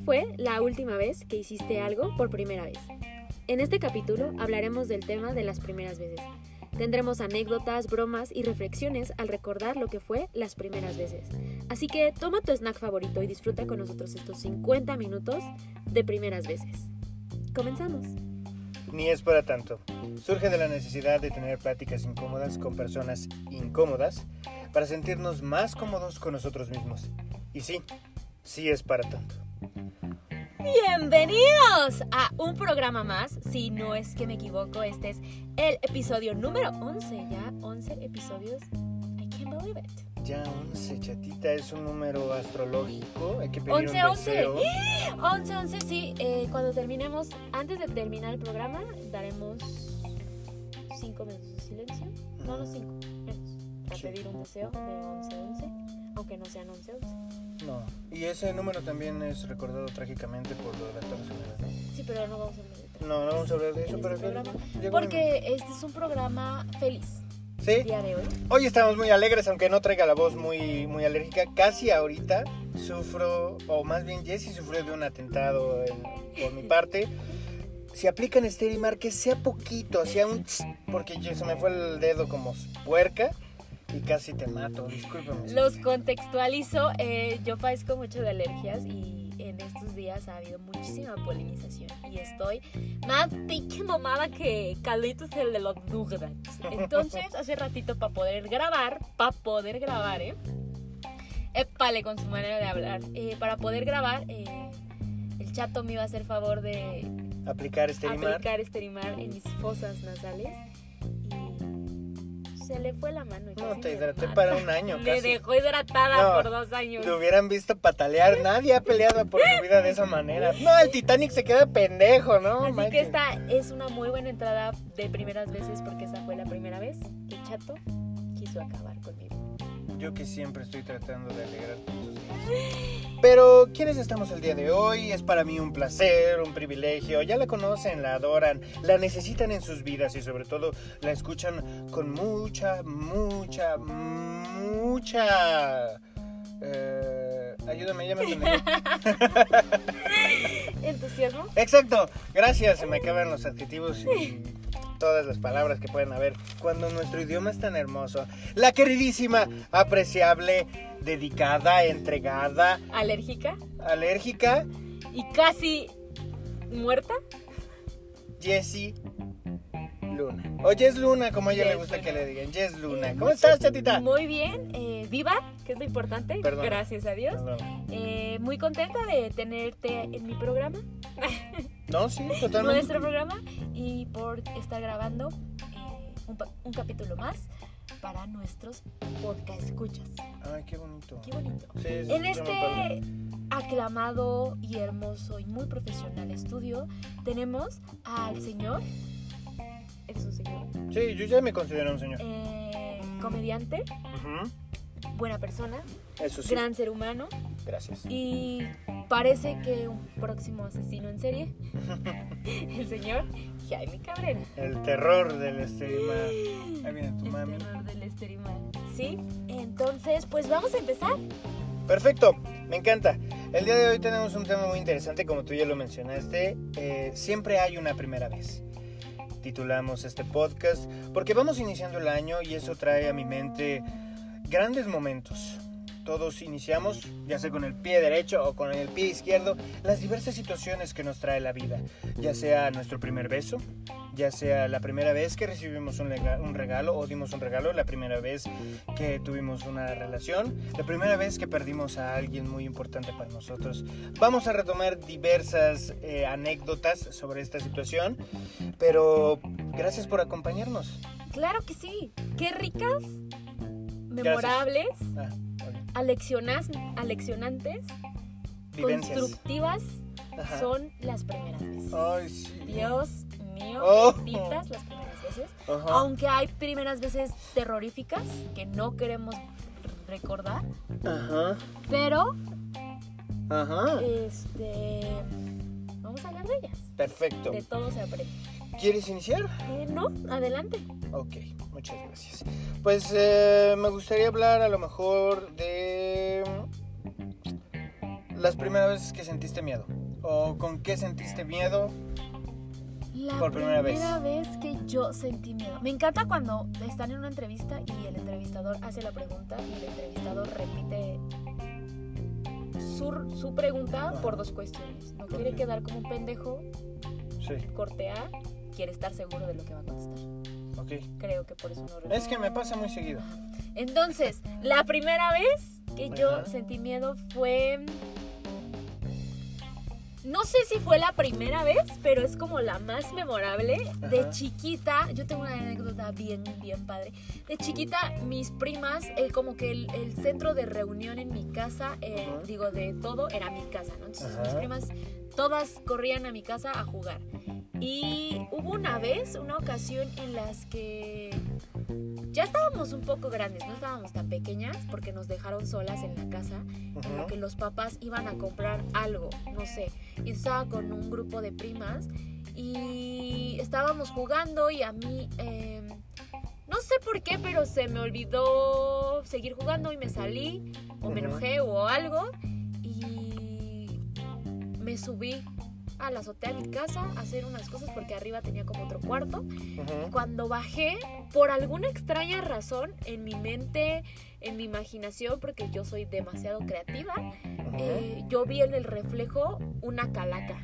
fue la última vez que hiciste algo por primera vez? En este capítulo hablaremos del tema de las primeras veces. Tendremos anécdotas, bromas y reflexiones al recordar lo que fue las primeras veces. Así que toma tu snack favorito y disfruta con nosotros estos 50 minutos de primeras veces. ¡Comenzamos! Ni es para tanto. Surge de la necesidad de tener pláticas incómodas con personas incómodas para sentirnos más cómodos con nosotros mismos. Y sí es para tanto. ¡Bienvenidos a un programa más! Si no es que me equivoco, este es el episodio número 11. Ya 11 episodios. I can't believe it. Ya 11, chatita, es un número astrológico. Hay que pedir 11, un 11. deseo. 11, 11, sí. Cuando terminemos, antes de terminar el programa, daremos 5 minutos de silencio. No 5, menos. Para pedir un deseo de 11, 11. Aunque no sean 11, 11. No, y ese número también es recordado trágicamente por lo de las Torres Gemelas, ¿no? Sí, pero no vamos a hablar de eso. No vamos a hablar de eso, En pero este programa. llegó Porque este es un programa feliz. ¿Sí? El día de hoy. Hoy estamos muy alegres, aunque no traiga la voz muy alérgica. Casi ahorita sufro, o más bien Jessie sufrió de un atentado por mi parte. Si aplican Sterimar, que sea poquito, hacía un tss, porque se me fue el dedo como puerca y casi te mato, discúlpame. Los contextualizo, yo padezco mucho de alergias y en estos días ha habido muchísima polinización y estoy más pinche mamada que Carlitos el de los Nuggets. Entonces, hace ratito para poder grabar, épale con su manera de hablar, para poder grabar, el chato me iba a hacer favor de aplicar Sterimar en mis fosas nasales. Se le fue la mano. Y no, casi te me hidraté mata. para un año. Me casi. dejó hidratada No, por 2 años. Lo hubieran visto patalear. Nadie ha peleado por su vida de esa manera. No, el Titanic se queda pendejo, ¿no? Así manches. que esta es una muy buena entrada de primeras veces porque esa fue la primera vez que Chato quiso acabar conmigo. Yo que siempre estoy tratando de alegrar tus días. Pero, ¿quiénes estamos el día de hoy? Es para mí un placer, un privilegio. Ya la conocen, la adoran, la necesitan en sus vidas y sobre todo la escuchan con mucha... ayúdame, ya me entendí. ¿Entusiasmo? Exacto, gracias. Se me acaban los adjetivos y todas las palabras que pueden haber cuando nuestro idioma es tan hermoso. La queridísima, apreciable, dedicada, entregada, ¿Alérgica? alérgica, ¿Y casi muerta? Jessie Luna. O Jess Luna, como a ella le Jess gusta Luna. que le digan. Jess Luna. ¿Cómo estás, chatita? Muy bien, viva, que es lo importante. Perdón. Gracias a Dios. Perdón. Muy contenta de tenerte en mi programa. No, sí, totalmente. Nuestro programa y por estar grabando un capítulo más para nuestros podcast escuchas. Ay, qué bonito. Qué bonito. Sí, En llama este padre. aclamado y hermoso y muy profesional estudio tenemos al señor, ¿eres un señor? Sí, yo ya me considero un señor. Comediante, Ujú. buena persona, Eso sí. gran ser humano Gracias. y parece que un próximo asesino en serie, el señor Jaime Cabrera. El terror del Sterimar. Ahí viene tu mami. El terror del Sterimar. Sí, entonces pues vamos a empezar. Perfecto, me encanta. El día de hoy tenemos un tema muy interesante, como tú ya lo mencionaste. Siempre hay una primera vez. Titulamos este podcast porque vamos iniciando el año y eso trae a mi mente grandes momentos. Todos iniciamos, ya sea con el pie derecho o con el pie izquierdo, las diversas situaciones que nos trae la vida. Ya sea nuestro primer beso, ya sea la primera vez que recibimos un regalo o dimos un regalo, la primera vez que tuvimos una relación, la primera vez que perdimos a alguien muy importante para nosotros. Vamos a retomar diversas anécdotas sobre esta situación, pero gracias por acompañarnos. Claro que sí. Qué ricas, memorables, aleccionantes, Vivencias. constructivas Ajá. son las primeras veces. Ay, sí. Dios mío, Oh. benditas las primeras veces. Ajá. Aunque hay primeras veces terroríficas que no queremos recordar, Ajá. pero Ajá. vamos a hablar de ellas. Perfecto. De todo se aprende. ¿Quieres iniciar? No, adelante. Ok, muchas gracias. Pues me gustaría hablar a lo mejor de las primeras veces que sentiste miedo. ¿O con qué sentiste miedo por primera vez? La primera vez que yo sentí miedo. Me encanta cuando están en una entrevista y el entrevistador hace la pregunta y el entrevistador repite su pregunta por dos cuestiones. No quiere quedar como un pendejo, Sí. corte A, quiere estar seguro de lo que va a contestar. Ok. Creo que por eso no Es que me pasa muy seguido. Entonces, la primera vez que yo Ajá. sentí miedo fue... No sé si fue la primera vez, pero es como la más memorable. De Ajá. chiquita, yo tengo una anécdota bien padre. De chiquita, mis primas, como que el centro de reunión en mi casa, Ajá. digo, de todo, era mi casa, ¿no? Entonces Ajá. mis primas todas corrían a mi casa a jugar. Y hubo una ocasión en las que ya estábamos un poco grandes, no estábamos tan pequeñas porque nos dejaron solas en la casa, en lo que los papás iban a comprar algo, no sé. Y estaba con un grupo de primas y estábamos jugando y a mí, no sé por qué, pero se me olvidó seguir jugando y me salí o me enojé o algo y me subí a la azotea de mi casa a hacer unas cosas porque arriba tenía como otro cuarto. Ujú. Cuando bajé, por alguna extraña razón, en mi mente, en mi imaginación, porque yo soy demasiado creativa, yo vi en el reflejo una calaca.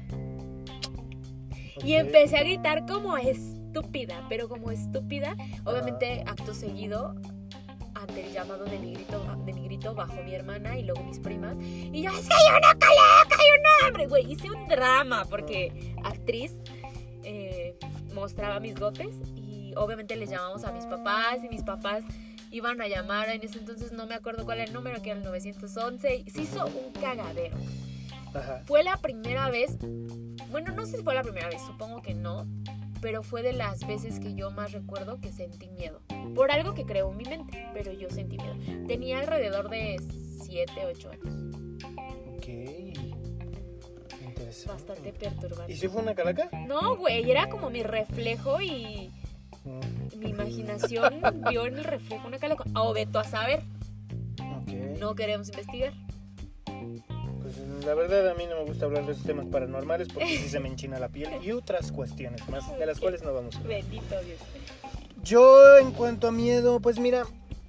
Y Ok. empecé a gritar como estúpida, pero como estúpida. Obviamente, acto seguido, ante el llamado de mi grito, bajó mi hermana y luego mis primas. Y yo, es que hay una calaca, hay un hombre, güey. Hice un drama porque actriz mostraba mis dotes y obviamente les llamamos a mis papás y mis papás iban a llamar. En ese entonces no me acuerdo cuál era el número, que era el 911. Y se hizo un cagadero. Ajá. Fue la primera vez, bueno, no sé si fue la primera vez, supongo que no, pero fue de las veces que yo más recuerdo que sentí miedo. Por algo que creó en mi mente, pero yo sentí miedo. Tenía alrededor de 7, 8 años. Ok. Interesante. Bastante perturbante. ¿Y si fue una calaca? No, güey, era como mi reflejo y mi imaginación vio en el reflejo una calaca. O veto a saber, Ok. no queremos investigar. Pues la verdad a mí no me gusta hablar de esos temas paranormales porque sí se me enchina la piel y otras cuestiones más de las cuales no vamos a hablar. Bendito Dios. Yo en cuanto a miedo, pues mira,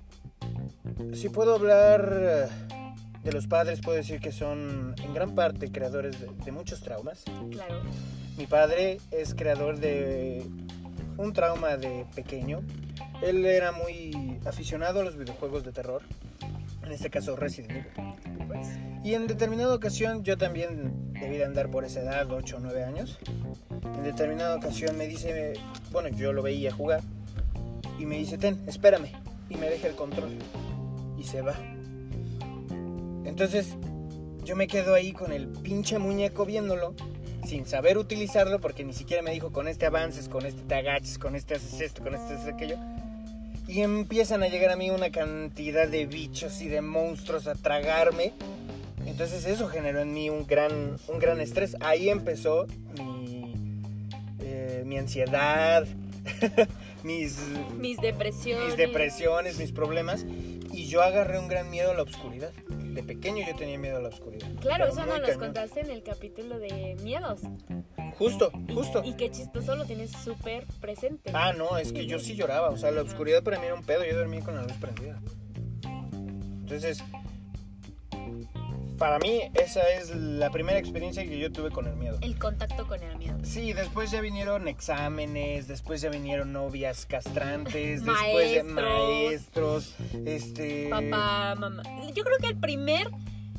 si puedo hablar de los padres, puedo decir que son en gran parte creadores de muchos traumas. Claro. Mi padre es creador de un trauma de pequeño. Él era muy aficionado a los videojuegos de terror, en este caso Resident Evil. Pues, Y en determinada ocasión, yo también debí de andar por esa edad, 8 o 9 años. En determinada ocasión me dice, bueno, yo lo veía jugar, y me dice, ten, espérame, y me deja el control, y se va. Entonces, yo me quedo ahí con el pinche muñeco viéndolo, sin saber utilizarlo, porque ni siquiera me dijo, con este avances, con este te agaches, con este haces esto, con este haces aquello. Y empiezan a llegar a mí una cantidad de bichos y de monstruos a tragarme. Entonces eso generó en mí un gran estrés. Ahí empezó mi ansiedad, mis depresiones. mis problemas. Y yo agarré un gran miedo a la oscuridad. De pequeño yo tenía miedo a la oscuridad. Claro, Pero eso muy nos cañón. contaste en el capítulo de miedos. Justo. Y qué chistoso, lo tienes súper presente. Ah, no, es que yo sí lloraba. O sea, la oscuridad para mí era un pedo. Yo dormía con la luz prendida. Entonces, para mí esa es la primera experiencia que yo tuve con el miedo. El contacto con el miedo. Sí, después ya vinieron exámenes, después ya vinieron novias castrantes, después de maestros, Papá, mamá. Yo creo que el primer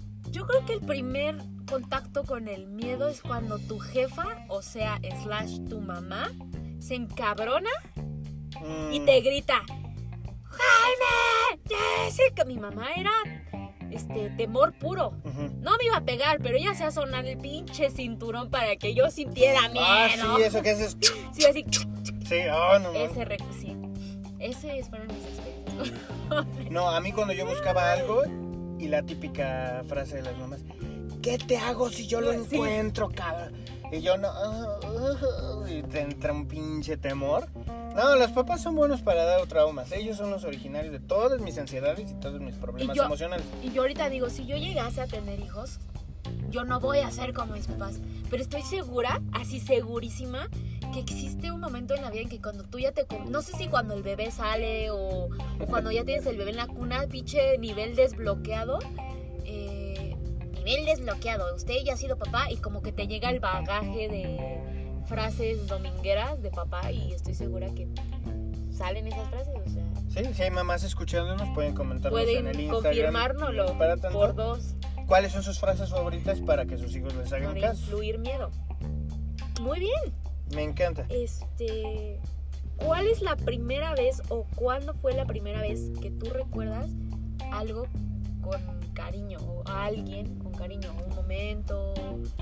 contacto con el miedo es cuando tu jefa, o sea, / tu mamá, se encabrona y te grita, ¡Jaime! ¡Jessica! Mi mamá era temor puro. No me iba a pegar, pero ella hacía sonar el pinche cinturón para que yo sintiera miedo. Ah, sí, eso que haces. Sí, así. Sí, oh, no. Sí. Ese fueron mis experiencias. No, a mí cuando yo buscaba algo y la típica frase de las mamás, ¿qué te hago si yo lo encuentro, cabrón? Y yo no, y te entra un pinche temor. No, los papás son buenos para dar traumas. Ellos son los originarios de todas mis ansiedades y todos mis problemas emocionales. Y yo ahorita digo, si yo llegase a tener hijos, yo no voy a ser como mis papás. Pero estoy segura, así segurísima, que existe un momento en la vida en que cuando tú ya no sé si cuando el bebé sale o cuando ya tienes el bebé en la cuna, pinche nivel desbloqueado. Nivel desbloqueado, usted ya ha sido papá y como que te llega el bagaje de frases domingueras de papá y estoy segura que salen esas frases, o sea. Sí, si hay mamás escuchándonos, pueden comentarnos en el Instagram. Pueden confirmárnoslo por 2. ¿Cuáles son sus frases favoritas para que sus hijos les hagan Para caso? influir miedo. Muy bien. Me encanta. ¿Cuál es la primera vez o cuándo fue la primera vez que tú recuerdas algo con cariño o a alguien con cariño? Un momento,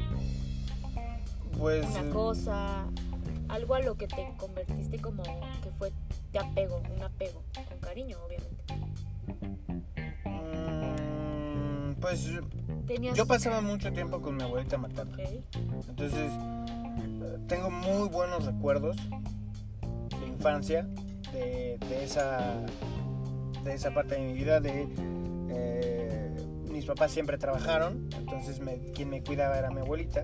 Pues una cosa, algo a lo que te convertiste como que fue de apego, un apego con cariño, obviamente. Pues ¿Tenías... yo pasaba mucho tiempo con mi abuelita materna. Okay. Entonces tengo muy buenos recuerdos de infancia de esa parte de mi vida. Mis papás siempre trabajaron, entonces quien me cuidaba era mi abuelita.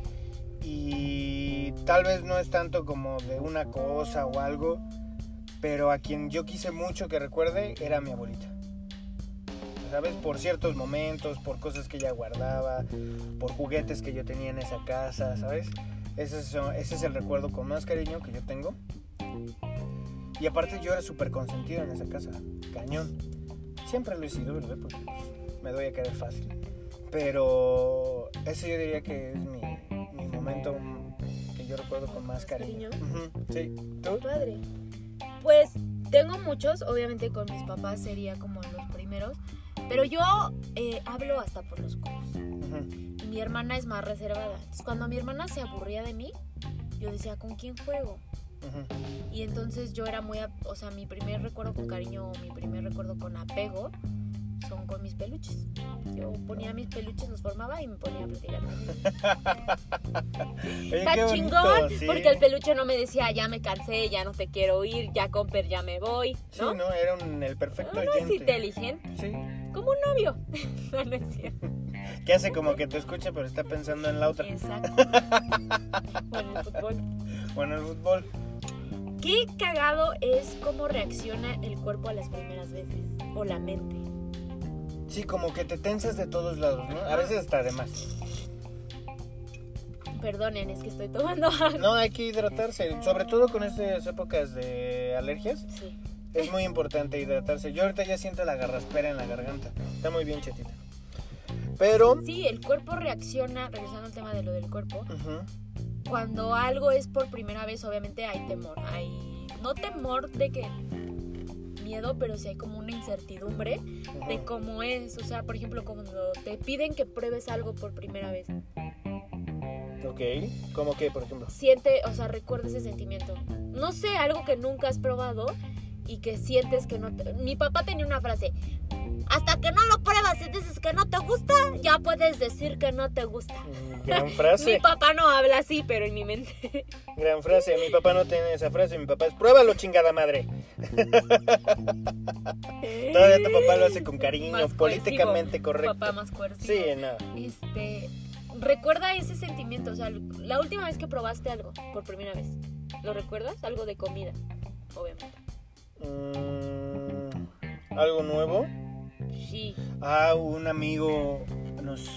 Y tal vez no es tanto como de una cosa o algo, pero a quien yo quise mucho que recuerde era mi abuelita. ¿Sabes? Por ciertos momentos, por cosas que ella guardaba, por juguetes que yo tenía en esa casa, ¿sabes? Ese es el recuerdo con más cariño que yo tengo. Y aparte yo era súper consentido en esa casa, cañón. Siempre lo he sido, ¿verdad? Porque me doy a querer fácil. Pero ese yo diría que es mi momento que yo recuerdo con más cariño. Uh-huh. Sí, ¿tú? Padre. Pues tengo muchos, obviamente con mis papás sería como los primeros. Pero yo hablo hasta por los codos. Uh-huh. Y mi hermana es más reservada. Entonces, cuando mi hermana se aburría de mí, yo decía, ¿con quién juego? Uh-huh. Y entonces yo era muy... O sea, mi primer recuerdo con cariño, mi primer recuerdo con apego, son con mis peluches. Yo ponía mis peluches, los formaba y me ponía a platicar. Está chingón, ¿sí? Porque el peluche no me decía, ya me cansé, ya no te quiero ir, ya Comper, ya me voy, ¿no? Sí, no, era el perfecto oyente. No es inteligente. Sí. Como un novio. No es cierto. Que hace como que te escucha, pero está pensando en la otra. Exacto. Bueno, el fútbol. Bueno, el fútbol. Qué cagado es cómo reacciona el cuerpo a las primeras veces. O la mente. Sí, como que te tensas de todos lados, ¿no? A veces hasta de más. Perdonen, es que estoy tomando agua. No, hay que hidratarse. Sobre todo con estas épocas de alergias. Sí. Es muy importante hidratarse. Yo ahorita ya siento la garraspera en la garganta. Está muy bien, chatita. Pero... Sí, el cuerpo reacciona, regresando al tema de lo del cuerpo. Uh-huh. Cuando algo es por primera vez, obviamente hay temor. No temor de que... miedo, pero sí hay como una incertidumbre uh-huh. de cómo es. O sea, por ejemplo, cuando te piden que pruebes algo por primera vez. Ok, ¿cómo qué, por ejemplo? Recuerda ese sentimiento. No sé, algo que nunca has probado y que sientes que no te... Mi papá tenía una frase: hasta que no lo pruebas y dices que no te gusta, ya puedes decir que no te gusta. Gran frase. Mi papá no habla así, pero en mi mente. Gran frase. Mi papá no tiene esa frase. Mi papá es: pruébalo, chingada madre. Todavía tu papá lo hace con cariño, más políticamente correcto. Papá más coercivo. Sí, no. Recuerda ese sentimiento. O sea, la última vez que probaste algo por primera vez, ¿lo recuerdas? Algo de comida, obviamente. ¿Algo nuevo? Sí. Un amigo nos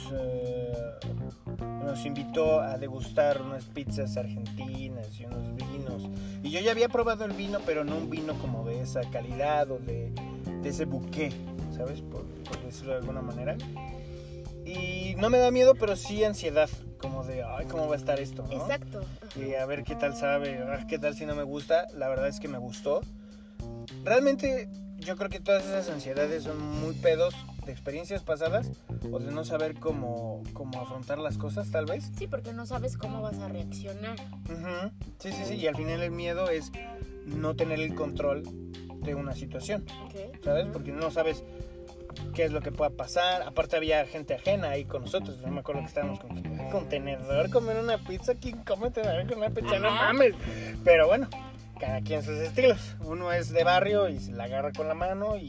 invitó a degustar unas pizzas argentinas y unos vinos. Y yo ya había probado el vino, pero no un vino como de esa calidad o de ese buqué, ¿sabes? Por decirlo de alguna manera. Y no me da miedo, pero sí ansiedad, como de, ay, ¿cómo va a estar esto, no? Exacto. Y a ver qué tal sabe, qué tal si no me gusta. La verdad es que me gustó. Realmente yo creo que todas esas ansiedades son muy pedos de experiencias pasadas o de no saber cómo afrontar las cosas, tal vez. Sí, porque no sabes cómo vas a reaccionar. Uh-huh. Sí, y al final el miedo es no tener el control de una situación, okay. ¿sabes? Porque no sabes qué es lo que pueda pasar. Aparte había gente ajena ahí con nosotros. Yo me acuerdo que estábamos con tenedor, comer una pizza. ¿Quién come tenedor con una pizza? Ajá. No mames. Pero bueno, cada quien sus estilos. Uno es de barrio y se la agarra con la mano y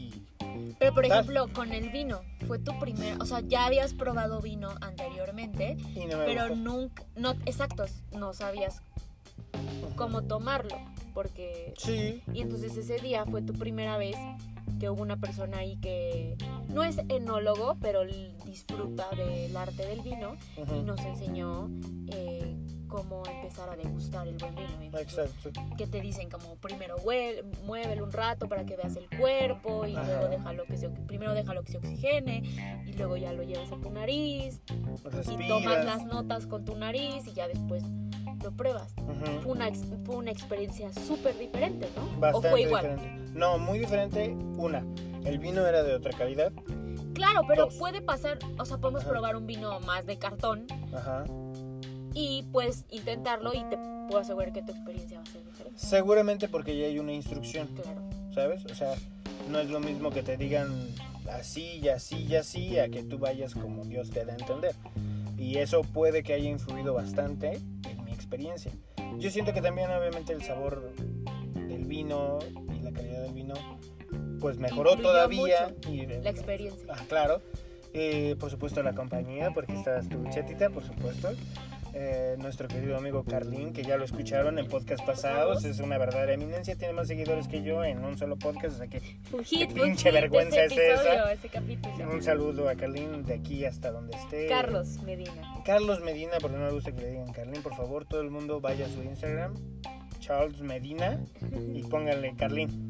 Pero por Tal. ejemplo, con el vino, fue tu primer, o sea, ya habías probado vino anteriormente, Y no me pero gustó. nunca, no, exacto, no sabías cómo tomarlo, porque... Sí, Y entonces ese día fue tu primera vez que hubo una persona ahí que no es enólogo, pero disfruta del arte del vino y ujú, nos enseñó cómo empezar a degustar el buen vino. Entonces, exacto. que te dicen como primero muévelo un rato para que veas el cuerpo y Ajá. luego primero déjalo que se oxigene y luego ya lo llevas a tu nariz y Respiras. tomas las notas con tu nariz y ya después lo pruebas. Ujú. Fue una experiencia súper diferente, ¿no? Bastante ¿O fue igual? diferente. No, muy diferente. Una, el vino era de otra calidad. Claro, pero Dos. puede pasar, o sea, podemos Ajá. probar un vino más de cartón Ajá. y puedes intentarlo y te puedo asegurar que tu experiencia va a ser diferente. Seguramente porque ya hay una instrucción, Claro. ¿sabes? O sea, no es lo mismo que te digan así y así y así a que tú vayas como Dios te da a entender. Y eso puede que haya influido bastante en mi experiencia. Yo siento que también obviamente el sabor del vino y la calidad del vino pues mejoró Influyó todavía. mucho Y la experiencia. Ah, claro. Por supuesto la compañía, porque estás tú, Chetita, por supuesto. Nuestro querido amigo Carlín, que ya lo escucharon en podcast pasados, es una verdadera eminencia, tiene más seguidores que yo en un solo podcast, o sea que Un hit, Qué pinche vergüenza ese es esa. episodio, ese capítulo. un saludo a Carlín de aquí hasta donde esté. Carlos Medina. Carlos Medina, porque no me gusta que le digan Carlín, por favor, todo el mundo vaya a su Instagram, Charles Medina, y pónganle Carlín.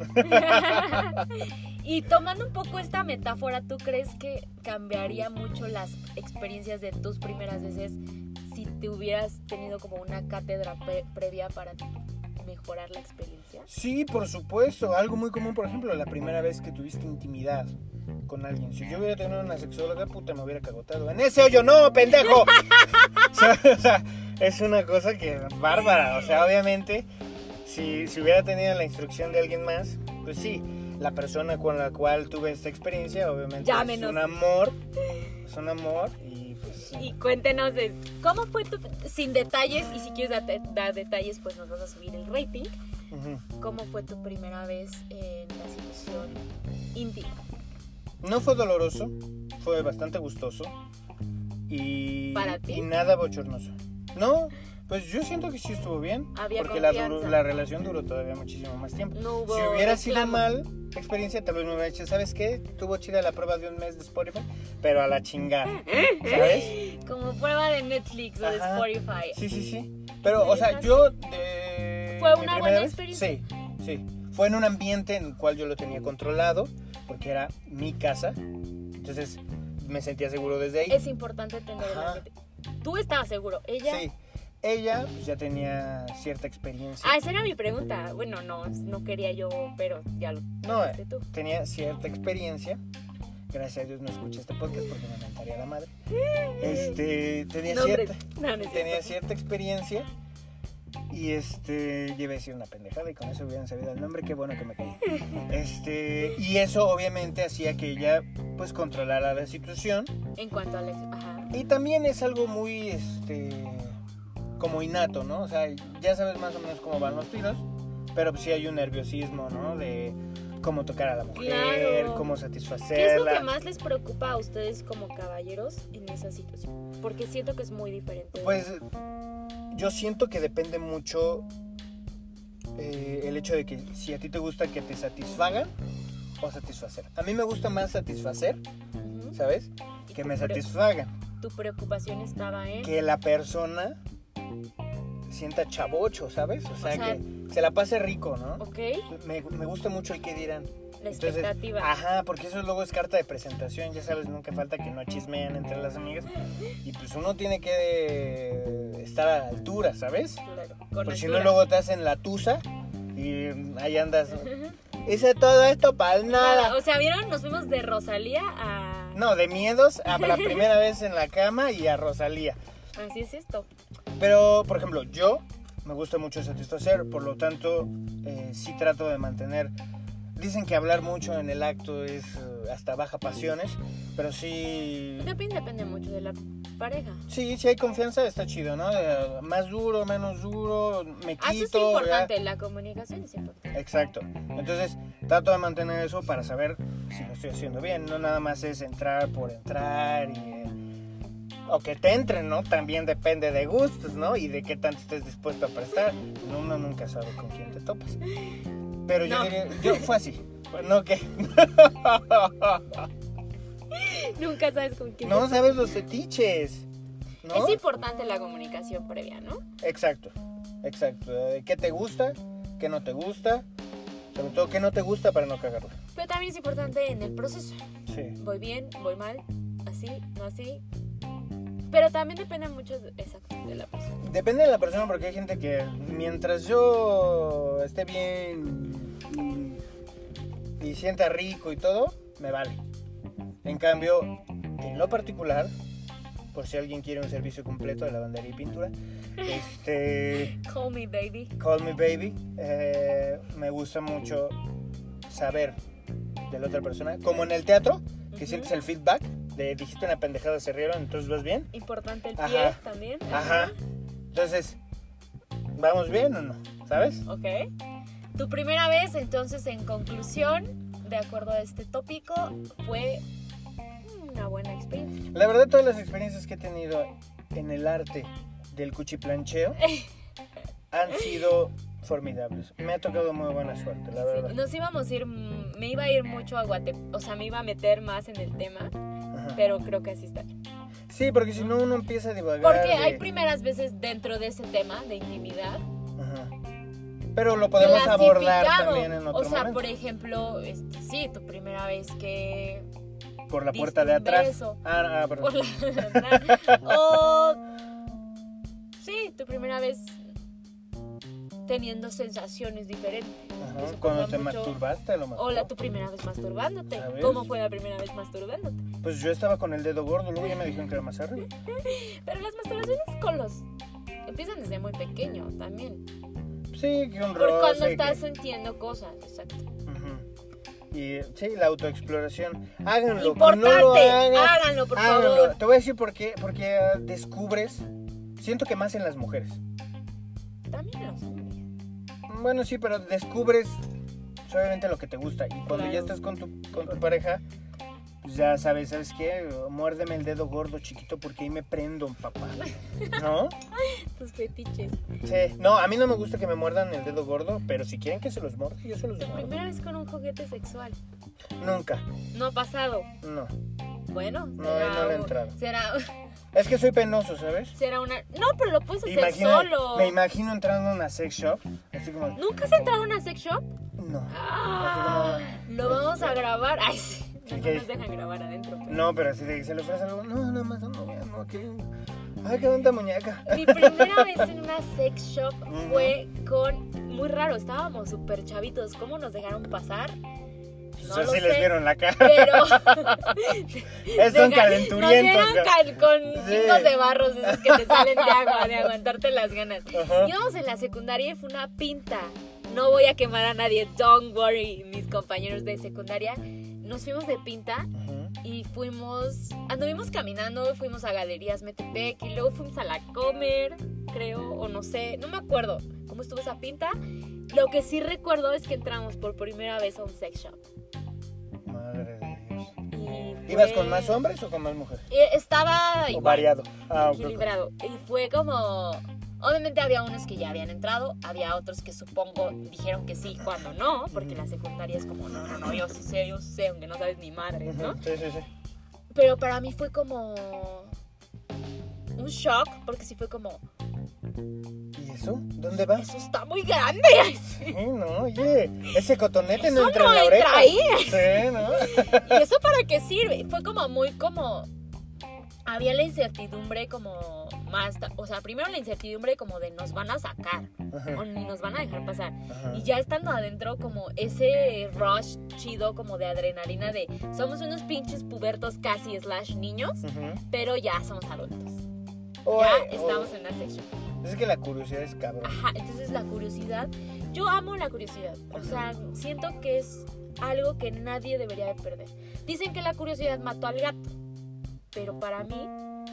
Y tomando un poco esta metáfora, ¿tú crees que cambiaría mucho las experiencias de tus primeras veces si te hubieras tenido como una cátedra previa para mejorar la experiencia? Sí, por supuesto, algo muy común, por ejemplo, la primera vez que tuviste intimidad con alguien. Si yo hubiera tenido una sexóloga, puta, me hubiera cagotado. ¡En ese hoyo no, pendejo! O sea, es una cosa que bárbara. O sea, obviamente, si hubiera tenido la instrucción de alguien más, pues sí, la persona con la cual tuve esta experiencia, obviamente Llámenos. es un amor y pues... Y cuéntenos, ¿cómo fue sin detalles? Y si quieres dar detalles, pues nos vas a subir el rating. Ujú. ¿Cómo fue tu primera vez en la situación íntima? No fue doloroso, fue bastante gustoso y, ¿Para ti? y nada bochornoso. No, pues yo siento que sí estuvo bien, Había porque confianza. la relación duró todavía muchísimo más tiempo. No hubo Si hubiera sido reclamo. mal experiencia, tal vez me hubiera dicho, ¿sabes qué? Tuvo chida la prueba de un mes de Spotify, pero a la chingada, ¿sabes? Como prueba de Netflix o de Ajá. Spotify. Sí. Pero, o sea, yo de... ¿Fue mi una primera buena vez, experiencia? Sí. Fue en un ambiente en el cual yo lo tenía controlado, porque era mi casa, entonces me sentía seguro desde ahí. Es importante tener el Ajá. ambiente. Tú estabas seguro, ella... Sí, ella pues, ya tenía cierta experiencia. Ah, esa era mi pregunta. Bueno, no quería yo, pero ya lo No, dijiste tú. tenía cierta experiencia. Gracias a Dios no escuché este podcast porque me mentaría la madre. Tenía Nombres. cierta, No, no es tenía cierto. cierta experiencia y yo iba a decir una pendejada y con eso hubieran sabido el nombre, qué bueno que me caí. Y eso obviamente hacía que ella pues controlara la situación En cuanto a la... Ajá. y también es algo muy como innato, ¿no? O sea, ya sabes más o menos cómo van los tiros, pero pues sí hay un nerviosismo, ¿no? De cómo tocar a la mujer, Claro. cómo ¿Qué es lo satisfacerla. que más les preocupa a ustedes como caballeros en esa situación? Porque siento que es muy diferente. Pues yo siento que depende mucho el hecho de que si a ti te gusta que te satisfagan o satisfacer. A mí me gusta más satisfacer, Ujú. ¿sabes? Y Que tu me satisfagan. Tu preocupación estaba en... Que la persona sienta chavocho, ¿sabes? O sea, sea, que se la pase rico, ¿no? Ok, Me gusta mucho el que dirán. la Entonces, expectativa. ajá, porque eso luego es carta de presentación, ya sabes, nunca falta que no chismean entre las amigas. Y pues uno tiene que estar a la altura, ¿sabes? Claro, con Porque si no altura. luego te hacen la tusa y ahí andas. Hice todo esto para nada. O sea, ¿vieron? Nos fuimos de Rosalía a... No, de miedos a la primera vez en la cama y a Rosalía. Así es esto. Pero, por ejemplo, yo me gusta mucho satisfacer, por lo tanto, sí trato de mantener. Dicen que hablar mucho en el acto es hasta baja pasiones, pero sí. Depende mucho de la pareja. Sí, si hay confianza está chido, ¿no? Más duro, menos duro, me Ah, eso es quito. importante, la comunicación es importante. Exacto. Entonces, trato de mantener eso para saber si lo estoy haciendo bien. No nada más es entrar por entrar o que te entren, ¿no? También depende de gustos, ¿no? Y de qué tanto estés dispuesto a prestar. Uno nunca sabe con quién te topas. Pero yo diría, fue así. No, ¿qué? Nunca sabes con quién. No sabes los fetiches, ¿no? Es importante la comunicación previa, ¿no? Exacto. ¿Qué te gusta? ¿Qué no te gusta? Sobre todo, ¿qué no te gusta para no cagarla? Pero también es importante en el proceso. Sí. Voy bien, voy mal, así, no así. Pero también depende mucho de la persona. Depende de la persona, porque hay gente que mientras yo esté bien y sienta rico y todo, me vale. En cambio, en lo particular, por si alguien quiere un servicio completo de lavandería y pintura, Call me baby. Call me baby. Me gusta mucho saber de la otra persona, como en el teatro, que sientes el feedback de dijiste una pendejada, se rieron, entonces vas bien. Importante el pie también. Ajá. Entonces, ¿vamos bien o no? ¿Sabes? Ok. Tu primera vez, entonces, en conclusión, de acuerdo a este tópico, fue una buena experiencia. La verdad, todas las experiencias que he tenido en el arte del cuchiplancheo han sido formidables. Me ha tocado muy buena suerte, la verdad. Sí, nos íbamos a ir, me iba a ir mucho a Guatemala, o sea, me iba a meter más en el tema, pero creo que así está. Sí, porque si no uno empieza a divagar. Porque hay primeras veces dentro de ese tema de intimidad. Pero lo podemos abordar también en otro momento. O sea, momento. por ejemplo, sí, tu primera vez que... Por la puerta de atrás. Beso. Perdón. Por la de atrás. O... Sí, tu primera vez teniendo sensaciones diferentes. Ajá, cuando te masturbaste a lo mejor. O tu primera vez masturbándote. ¿Sabes? ¿Cómo fue la primera vez masturbándote? Pues yo estaba con el dedo gordo, luego ya me dijeron que era más arriba. Pero las masturbaciones con los... empiezan desde muy pequeño también. Sí, que un Por roce. cuando estás sintiendo cosas, exacto. Y sí, la autoexploración. Háganlo. Importante, que no lo hagan, háganlo, por favor. Te voy a decir por qué. Porque descubres, siento que más en las mujeres. También los hombres. Bueno, sí, pero descubres obviamente lo que te gusta. Y cuando Claro. ya estás con tu pareja, pues ya ¿sabes qué? Muérdeme el dedo gordo chiquito porque ahí me prendo, papá. ¿No? Tus fetiches. Sí. No, a mí no me gusta que me muerdan el dedo gordo, pero si quieren que se los muerda, yo se los Tu muerdo. primera vez con un juguete sexual. Nunca. No ha pasado. No. Bueno, No, ahí no le he entrado. será Es que soy penoso, ¿sabes? una... No, pero lo puedes hacer solo. Me imagino entrando a una sex shop, así como... ¿Nunca has entrado a una sex shop? No. Ah, lo vamos a grabar. Ay, sí. No ¿Qué? nos dejan grabar adentro. Pero... No, pero si se le ofrece algo... No, nada más no, que... Ay, qué bonita muñeca. Mi primera vez en una sex shop fue con... Muy raro, estábamos súper chavitos. ¿Cómo nos dejaron pasar? No Pues lo sí les sé, vieron la cara. Pero... Son calenturientos. Nos dieron con Sí. chicos de barros esos que te salen de agua, de aguantarte las ganas. Ajá. Íbamos en la secundaria y fue una pinta. No voy a quemar a nadie, don't worry, mis compañeros de secundaria. Nos fuimos de pinta y anduvimos caminando, fuimos a Galerías Metepec y luego fuimos a La Comer, creo, o no sé, no me acuerdo cómo estuvo esa pinta. Lo que sí recuerdo es que entramos por primera vez a un sex shop. Madre de Dios. Y ¿Ibas con más hombres o con más mujeres? Estaba O igual, variado. Ok. equilibrado. Y fue como... Obviamente había unos que ya habían entrado, había otros que supongo dijeron que sí cuando no, porque la secundaria es como, no, yo sí sé, aunque no sabes ni madre, ¿no? Sí. Pero para mí fue como un shock, porque sí fue como, ¿Y eso? ¿Dónde va? eso está muy grande. Sí, no, oye, ese cotonete Eso no entra no en la entra oreja. ahí. Sí, ¿no? ¿Y eso para qué sirve? Fue como muy como... Había la incertidumbre como más... O sea, primero la incertidumbre como de nos van a sacar Ajá. o ni nos van a dejar pasar. Ajá. Y ya estando adentro como ese rush chido como de adrenalina de... Somos unos pinches pubertos casi / niños, pero ya somos adultos. Ya estamos en una sección. Es que la curiosidad es cabrón. Ajá, entonces la curiosidad... Yo amo la curiosidad. O sea, siento que es algo que nadie debería de perder. Dicen que la curiosidad mató al gato. Pero para mí,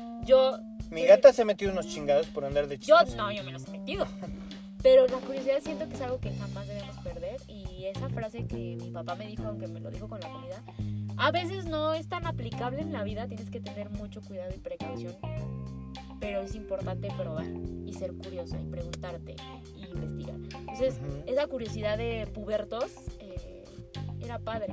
Mi gata se ha metido unos chingados por andar de chismes. yo me los he metido. Pero la curiosidad siento que es algo que jamás debemos perder. Y esa frase que mi papá me dijo, aunque me lo dijo con la comida, a veces no es tan aplicable en la vida, tienes que tener mucho cuidado y precaución, pero es importante probar y ser curiosa y preguntarte y investigar. Entonces, esa curiosidad de pubertos era padre.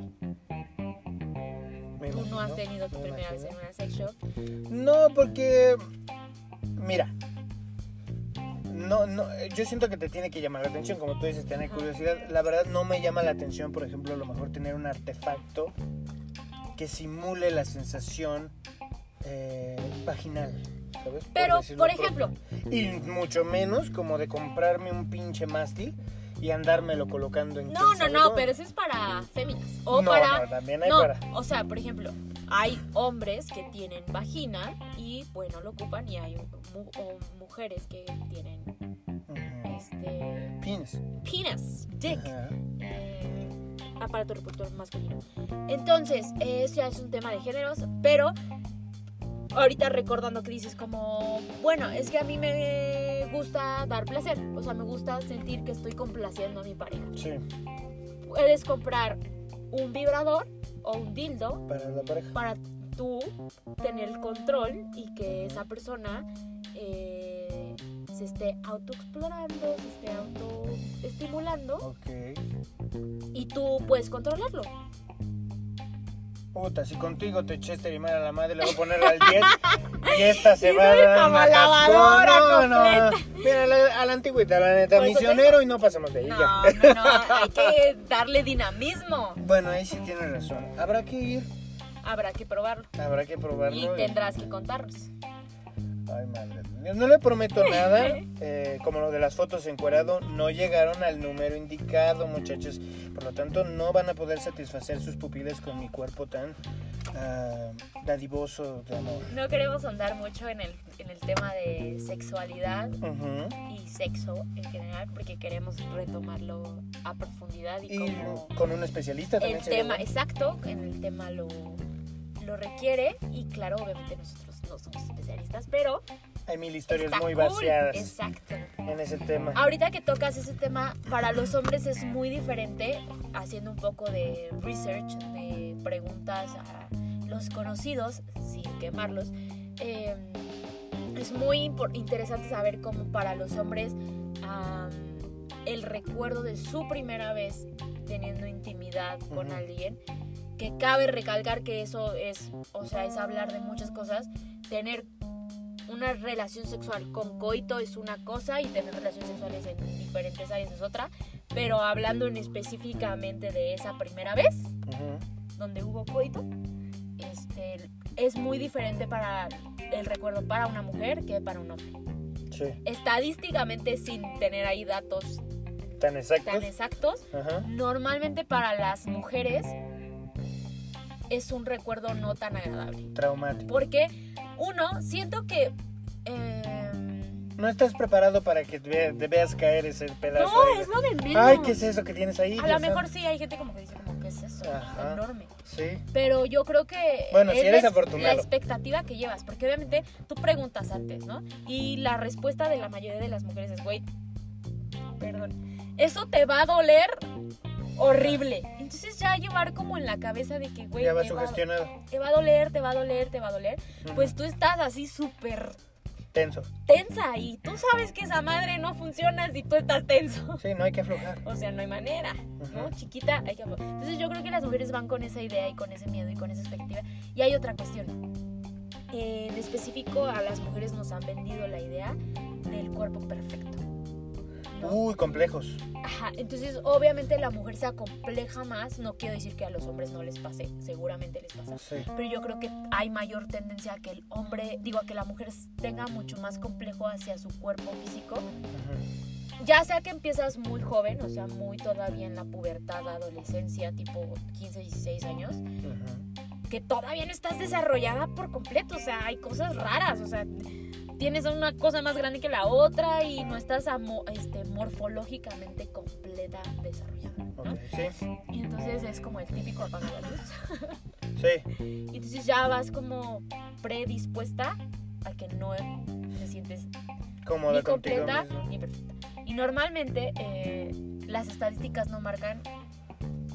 ¿Tú no has tenido tu primera vez en una sex shop? No, porque, mira, no, yo siento que te tiene que llamar la atención, como tú dices, tener curiosidad. La verdad no me llama la atención, por ejemplo, a lo mejor tener un artefacto que simule la sensación vaginal, ¿sabes? Pero, por ejemplo... Y mucho menos como de comprarme un pinche mástil y andármelo colocando en... No, pero eso es para féminas. O no, para... no, también hay para... O sea, por ejemplo, hay hombres que tienen vagina y, bueno, lo ocupan, y hay mujeres que tienen... Penis, dick. Aparato reproductor masculino. Entonces, eso ya es un tema de géneros, pero ahorita recordando que dices como, bueno, es que a mí me gusta dar placer, o sea, me gusta sentir que estoy complaciendo a mi pareja. Sí. Puedes comprar un vibrador o un dildo para la pareja, para tú tener el control y que esa persona se esté autoexplorando, se esté autoestimulando. Ok. Y tú puedes controlarlo. Puta, si contigo te eché esterimar a la madre, le voy a poner al 10 y esta se va a soy dar como una lavadora cascona. No. completa. Mira, a la antigüita, la neta, Por eso misionero y no pasamos de ahí. No, ya. no, hay que darle dinamismo. Bueno, ahí sí tienes razón. Habrá que ir, Habrá que probarlo. habrá que probarlo. Y tendrás que contarnos. Ay, madre. No le prometo nada. Como lo de las fotos encuerado, no llegaron al número indicado, muchachos. Por lo tanto, no van a poder satisfacer sus pupilas con mi cuerpo tan dadivoso de amor. No queremos ahondar mucho en el tema de sexualidad y sexo en general, porque queremos retomarlo a profundidad y como con un especialista también. El tema, exacto, en el tema lo requiere. Y claro, obviamente nosotros no somos especialistas, pero hay mil historias está muy cool. vaciadas. Exacto. En ese tema. Ahorita que tocas ese tema, para los hombres es muy diferente. Haciendo un poco de research, de preguntas a los conocidos, sin quemarlos, es muy interesante saber cómo para los hombres el recuerdo de su primera vez teniendo intimidad con alguien, que cabe recalcar que eso es, o sea, es hablar de muchas cosas. Tener una relación sexual con coito es una cosa y tener relaciones sexuales en diferentes áreas es otra, pero hablando específicamente de esa primera vez donde hubo coito, es muy diferente para el recuerdo para una mujer que para un hombre. Sí. Estadísticamente, sin tener ahí datos tan exactos, normalmente para las mujeres es un recuerdo no tan agradable. Traumático. Porque, uno, siento que... no estás preparado para que veas caer ese pedazo. No, es lo de menos. Ay, ¿qué es eso que tienes ahí? A lo mejor sí hay gente como que dice, como, ¿qué es eso? Es enorme. Sí. Pero yo creo que bueno, si eres la afortunado, expectativa que llevas, porque obviamente tú preguntas antes, ¿no? Y la respuesta de la mayoría de las mujeres es, güey, perdón, eso te va a doler horrible. Entonces ya llevar como en la cabeza de que, güey, ya va sugestionado. Te va a doler, te va a doler, te va a doler. Pues tú estás así súper tensa y tú sabes que esa madre no funciona si tú estás tenso. Sí, no hay que aflojar. O sea, no hay manera, ¿no? Chiquita, hay que aflojar. Entonces yo creo que las mujeres van con esa idea y con ese miedo y con esa expectativa. Y hay otra cuestión. En específico, a las mujeres nos han vendido la idea del cuerpo perfecto, ¿no? Uy, complejos. Ajá, entonces obviamente la mujer se acompleja más. No quiero decir que a los hombres no les pase, seguramente les pasa, sí. Pero yo creo que hay mayor tendencia a que el hombre, a que la mujer tenga mucho más complejo hacia su cuerpo físico. Ya sea que empiezas muy joven, o sea, muy todavía en la pubertad, adolescencia, tipo 15, 16 años, que todavía no estás desarrollada por completo, o sea, hay cosas raras, o sea, tienes una cosa más grande que la otra y no estás morfológicamente completa desarrollada, ¿no? Okay, sí. Y entonces es como el típico apagar la luz. Sí. Y entonces ya vas como predispuesta a que no te sientes cómoda ni completa contigo misma, ni perfecta. Y normalmente las estadísticas no marcan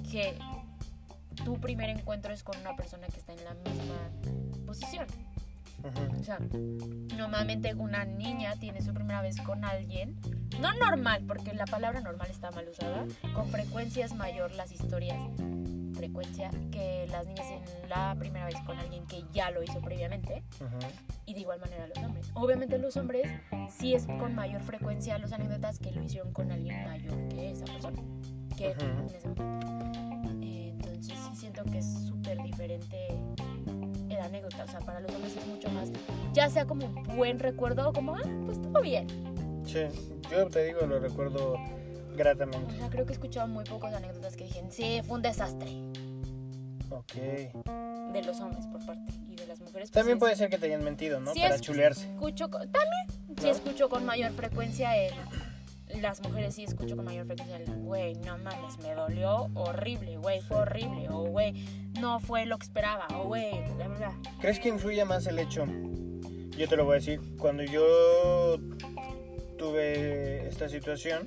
que tu primer encuentro es con una persona que está en la misma posición. O sea, normalmente una niña tiene su primera vez con alguien, no normal, porque la palabra normal está mal usada, con frecuencia es mayor las historias, frecuencia, que las niñas tienen la primera vez con alguien que ya lo hizo previamente, y de igual manera los hombres. Obviamente los hombres sí es con mayor frecuencia las anécdotas que lo hicieron con alguien mayor que esa persona, que en ese momento. Entonces sí siento que es súper diferente la anécdota. O sea, para los hombres es mucho más, ya sea como un buen recuerdo o como, pues todo bien. Sí, yo te digo, lo recuerdo gratamente. O sea, creo que he escuchado muy pocas anécdotas que dijeron, sí, fue un desastre. Ok. De los hombres por parte, y de las mujeres pues También puede ser que te hayan mentido, ¿no? Sí, Para chulearse. También sí escucho con mayor frecuencia las mujeres sí escucho con mayor frecuencia güey, no mames, me dolió horrible, güey, fue horrible, o güey, no fue lo que esperaba, o güey, bla, bla, bla. ¿Crees que influye más el hecho? Yo te lo voy a decir, cuando yo tuve esta situación,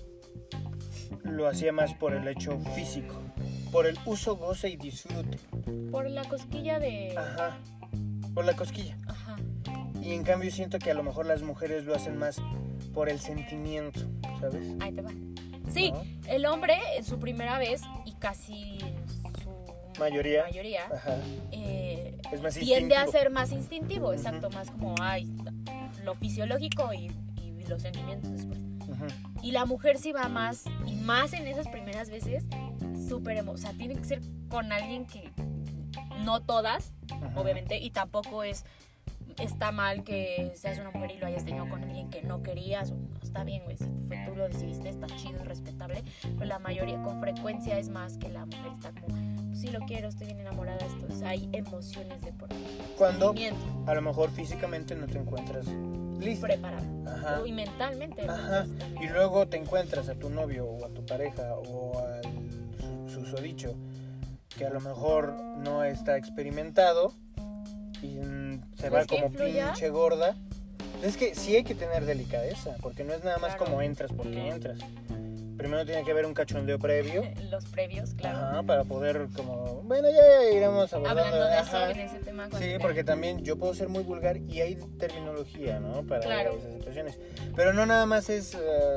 lo hacía más por el hecho físico, por el uso, goce y disfrute. Por la cosquilla de... Ajá, por la cosquilla. Ajá. Y en cambio siento que a lo mejor las mujeres lo hacen más por el sentimiento, ¿sabes? Ahí te va. Sí, ¿no? El hombre en su primera vez y casi en su mayoría Ajá. Es más tiende a ser más instintivo, exacto, más como lo fisiológico y los sentimientos después. Y la mujer sí va más, y más en esas primeras veces, o sea, tiene que ser con alguien que no todas, obviamente, y tampoco está mal que seas una mujer y lo hayas tenido con alguien que no querías, está bien, güey, si tú lo decidiste, está chido, es respetable, pero la mayoría, con frecuencia, es más que la mujer está como, pues sí lo quiero, estoy bien enamorada, hay emociones de por medio. Cuando a lo mejor físicamente no te encuentras lista, preparada, y mentalmente. Y luego te encuentras a tu novio o a tu pareja o al susodicho que a lo mejor no está experimentado y se va como pinche gorda. Es que sí hay que tener delicadeza, porque no es nada más como entras porque entras. Primero tiene que haber un cachondeo previo. Los previos, claro. Ajá, para poder como... Bueno, ya iremos hablando de eso, en ese tema. Sí, porque también yo puedo ser muy vulgar y hay terminología, ¿no? Para esas situaciones. Pero no nada más es...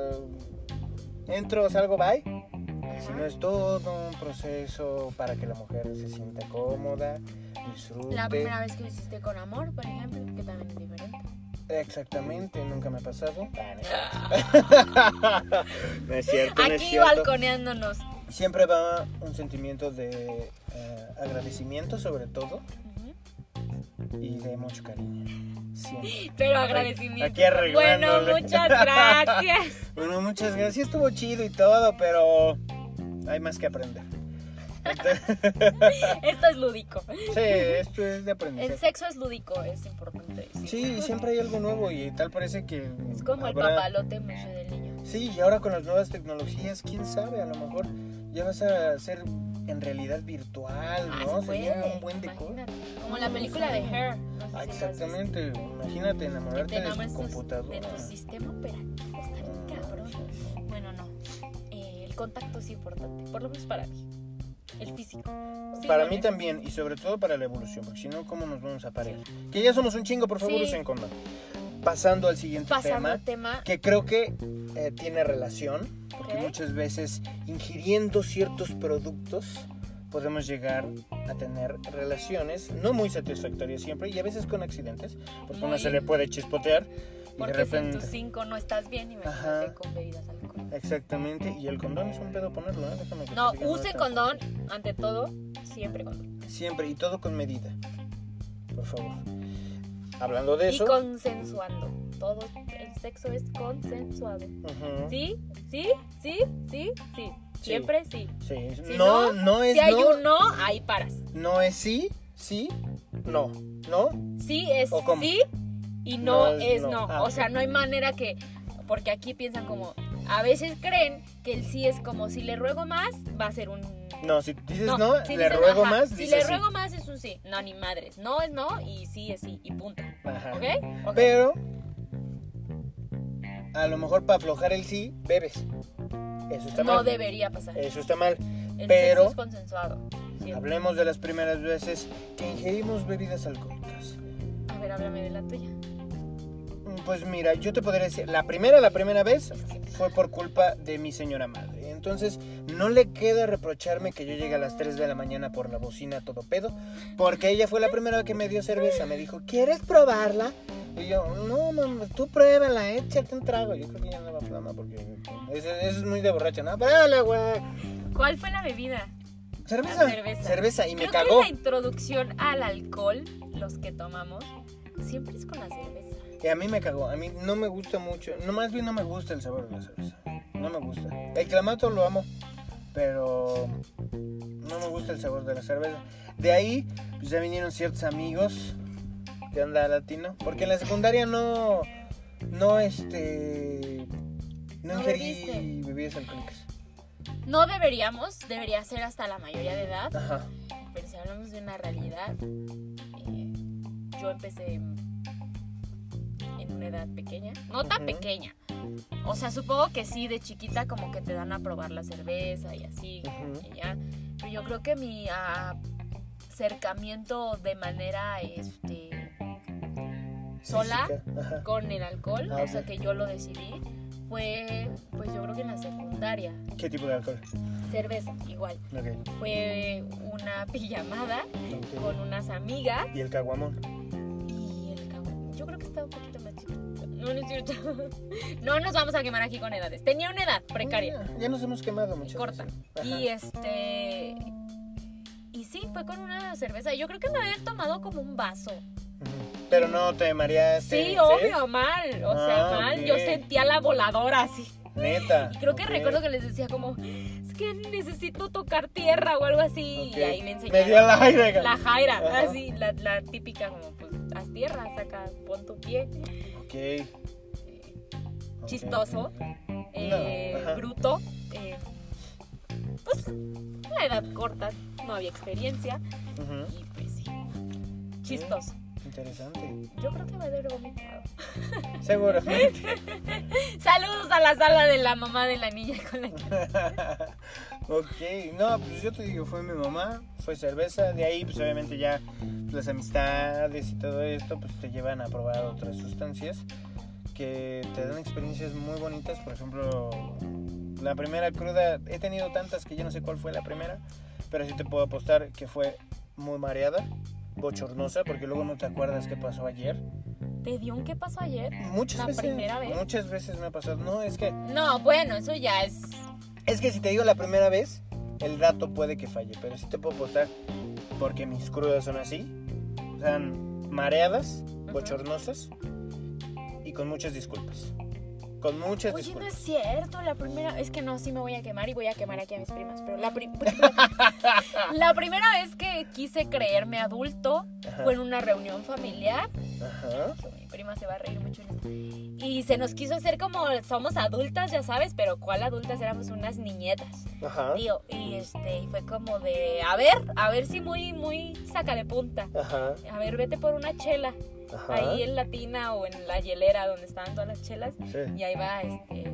entro, salgo, bye. Sino es todo un proceso para que la mujer se sienta cómoda, disfrute. La primera vez que lo hiciste con amor, por ejemplo, que también es diferente. Exactamente, nunca me ha pasado. No es cierto. Aquí balconeándonos. Siempre va un sentimiento de agradecimiento, sobre todo, y de mucho cariño. Siempre. Pero agradecimiento. Aquí arreglándole. Bueno, muchas gracias. Bueno, muchas gracias. Estuvo chido y todo, pero hay más que aprender. Esto es lúdico. Sí, esto es de aprendizaje. El sexo es lúdico, es importante decir. Sí, siempre hay algo nuevo y tal parece que... Es como el papalote museo del niño. Sí, y ahora con las nuevas tecnologías, quién sabe, a lo mejor ya vas a hacer en realidad virtual, ¿no? Sería un buen decor. Como la película de Her. No sé exactamente, imagínate enamorarte de tu computadora. De tu sistema operativo, está bien cabrón. Bueno, no. El contacto es importante, por lo menos para mí. El físico. Sí, para mí también, y sobre todo para la evolución, porque si no, ¿cómo nos vamos a pareja? Que ya somos un chingo, por favor, usen condón. Pasando al siguiente tema, que creo que tiene relación, porque muchas veces ingiriendo ciertos productos podemos llegar a tener relaciones no muy satisfactorias siempre, y a veces con accidentes, porque uno se le puede chispotear. Porque de repente... si en tus 5 no estás bien, imagínate con bebidas alcohólicas. Exactamente, y el condón es un pedo ponerlo, ¿eh? Déjame que no, use condón, ante todo, siempre condón. Siempre, y todo con medida, por favor. Hablando de eso... Y consensuando, todo el sexo es consensuado. ¿Sí? ¿Sí? ¿Sí? ¿Sí? ¿Sí? Siempre sí. Sí. Si no es si hay no, un no, ahí paras. No es sí, sí, no. ¿No? Sí es sí y no es no. O sea, no hay manera que... Porque aquí piensan como... A veces creen que el sí es como si le ruego más, va a ser un... No, si dices no, si le ruego más, si le ruego más es un sí. No, ni madres. No es no y sí es sí y punto. Ajá. ¿Ok? Pero... a lo mejor para aflojar el sí, bebes. Eso está mal. No debería pasar. Eso está mal. El Pero sexo es consensuado. Siempre. hablemos de las primeras veces que ingerimos bebidas alcohólicas. A ver, háblame de la tuya. Pues mira, yo te podría decir, la primera vez fue por culpa de mi señora madre. Entonces, no le queda reprocharme que yo llegue a las 3 de la mañana por la bocina todo pedo, porque ella fue la primera que me dio cerveza. Me dijo, ¿quieres probarla? Y yo, no, mamá, tú pruébala, échate un trago. Yo creo que ya no va a flama porque eso es muy de borracha, ¿no? Pruébala, güey. ¿Cuál fue la bebida? Cerveza. La Cerveza, y me Creo cagó. que la introducción al alcohol, los que tomamos, siempre es con la cerveza. Y a mí me cagó, a mí no me gusta mucho, no, más bien no me gusta el sabor de la cerveza, no me gusta. El clamato lo amo, pero no me gusta el sabor de la cerveza. De ahí, pues ya vinieron ciertos amigos que anda latino, porque en la secundaria no ingerí bebiste. bebidas alcohólicas. No debería ser hasta la mayoría de edad, Ajá. pero si hablamos de una realidad, yo empecé en una edad pequeña, no tan Ujú. pequeña. O sea, supongo que sí, de chiquita como que te dan a probar la cerveza y así, Ujú. y ya. Pero yo creo que mi acercamiento de manera sola Física. Ajá. con el alcohol, Ah, o sea ok. que yo lo decidí, fue pues yo creo que en la secundaria. ¿Qué tipo de alcohol? Cerveza, igual. Ok. Fue una pijamada Ok. con unas amigas Y el caguamón. y el cabrón. Yo creo que estaba un poquito más chiquito. No, no es cierto. No nos vamos a quemar aquí con edades. Tenía una edad precaria, Ya nos hemos quemado muchas corta. veces. Ajá. Y sí, fue con una cerveza. Yo creo que me había tomado como un vaso. Ujú. Pero no te mareaste. Sí, obvio, mal. O sea, Ah, mal. ok. Yo sentía la voladora así. Neta. Y creo que Ok. recuerdo que les decía como, es que necesito tocar tierra o algo así. Ok. Y ahí me Me enseñaron. dio la aire. La jaira, Ajá. así, la típica como, pues, haz tierra, saca, pon tu pie. Ok. Ok. Chistoso, ajá. bruto. Pues, la edad corta, no había experiencia. Ujú. Y pues sí, chistoso. Interesante. Yo creo que va a haber vomitado. Seguramente. Saludos a la sala de la mamá de la niña con la que... Ok. No, pues yo te digo, fue mi mamá, fue cerveza. De ahí, pues obviamente ya las amistades y todo esto, pues te llevan a probar otras sustancias que te dan experiencias muy bonitas. Por ejemplo, la primera cruda, he tenido tantas que ya no sé cuál fue la primera, pero sí te puedo apostar que fue muy mareada, bochornosa, porque luego no te acuerdas qué pasó ayer. ¿Te dio un qué pasó ayer? Muchas ¿La veces, primera vez? muchas veces me ha pasado. No, es que No, bueno, eso ya es... si te digo la primera vez, el dato puede que falle, pero sí te puedo apostar porque mis crudas son así, o sea, mareadas, bochornosas y con muchas disculpas. Con muchas Oye, no disculpas. es cierto, la primera... Es que no, sí me voy a quemar y voy a quemar aquí a mis primas, pero la primera vez que quise creerme adulto Ajá. fue en una reunión familiar. Ajá. Mi prima se va a reír mucho en esto. Y se nos quiso hacer como somos adultas, ya sabes, pero ¿cuál adultas? Éramos unas niñetas. Ajá. Tío, y fue como de, a ver si muy sácale punta. Ajá. A ver, vete por una chela. Ajá. Ahí en la tina o en la hielera donde estaban todas las chelas. Sí. Y ahí va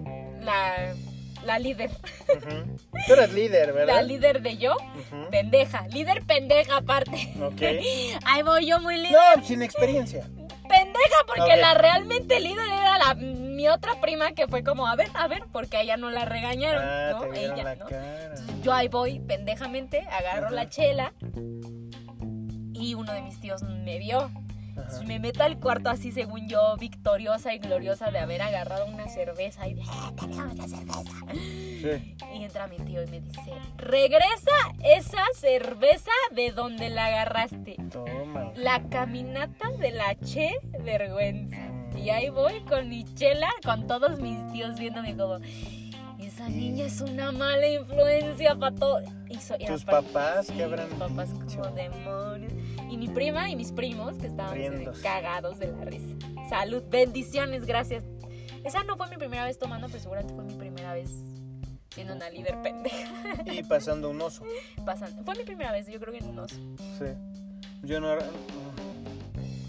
la líder. Ujú. Tú eras líder, ¿verdad? La líder de yo, Ujú. pendeja. Líder pendeja aparte. Ok. Ahí voy yo muy líder. No, sin experiencia. Pendeja, porque Ok. la realmente líder era mi otra prima que fue como, a ver, porque a ella no la regañaron, Ah, ¿no? te vieron Ella, la ¿no? cara. Yo ahí voy, pendejamente, agarro Ajá. la chela y uno de mis tíos me vio. Ajá. Entonces me meto al cuarto así, según yo, victoriosa y gloriosa de haber agarrado una cerveza y de, tenemos la cerveza. Sí. Y entra mi tío y me dice, regresa esa cerveza de donde la agarraste. Toma. La caminata de la Che vergüenza. Y ahí voy con mi chela, con todos mis tíos viéndome como, esa niña es una mala influencia para todo. Y ¿Tus aparte, papás sí, qué habrán mis papás dicho? como demonios. Y mi prima y mis primos que estaban así de Riéndose. cagados de la risa. Salud, bendiciones, gracias. Esa no fue mi primera vez tomando, pero seguramente fue mi primera vez siendo una líder pendeja. Y pasando un oso. Fue mi primera vez, yo creo que en un oso. Sí. Yo no.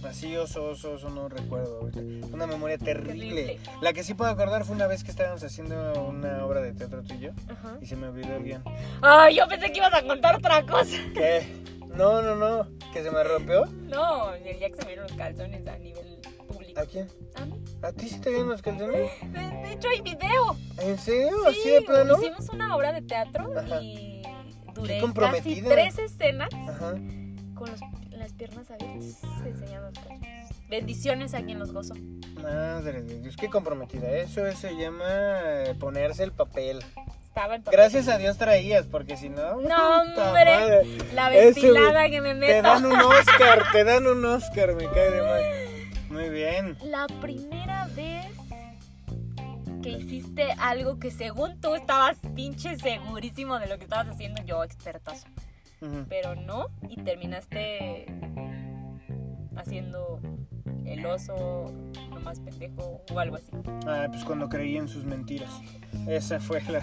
Así, oso, no recuerdo ahorita. Una memoria terrible. Terrible. La que sí puedo acordar fue una vez que estábamos haciendo una obra de teatro tú y yo. Ajá. Y se me olvidó el guión. Ay, yo pensé que ibas a contar otra cosa. ¿Qué? No. ¿Que se me rompió? No, el día que se me vieron los calzones a nivel público. ¿A quién? ¿A mí? ¿A ti sí te vieron los calzones? De hecho, hay video. ¿En serio? Sí, ¿Así de plano? hicimos una obra de teatro. Ajá. Y Qué duré casi comprometida. 3 escenas Ajá. con las piernas abiertas, enseñando los calzones. Bendiciones a quien los gozó. Madre de Dios, qué comprometida. Eso se llama ponerse el papel. Estaba en Gracias a Dios traías, porque si no... No, puta hombre, madre. la Eso, ventilada que me meto. Te dan un Oscar, me cae de mal. Muy bien. La primera vez que hiciste algo que según tú estabas pinche segurísimo de lo que estabas haciendo, yo expertazo. Ujú. Pero no, y terminaste haciendo el oso nomás pendejo o algo así. Ah, pues cuando creí en sus mentiras. Esa fue la...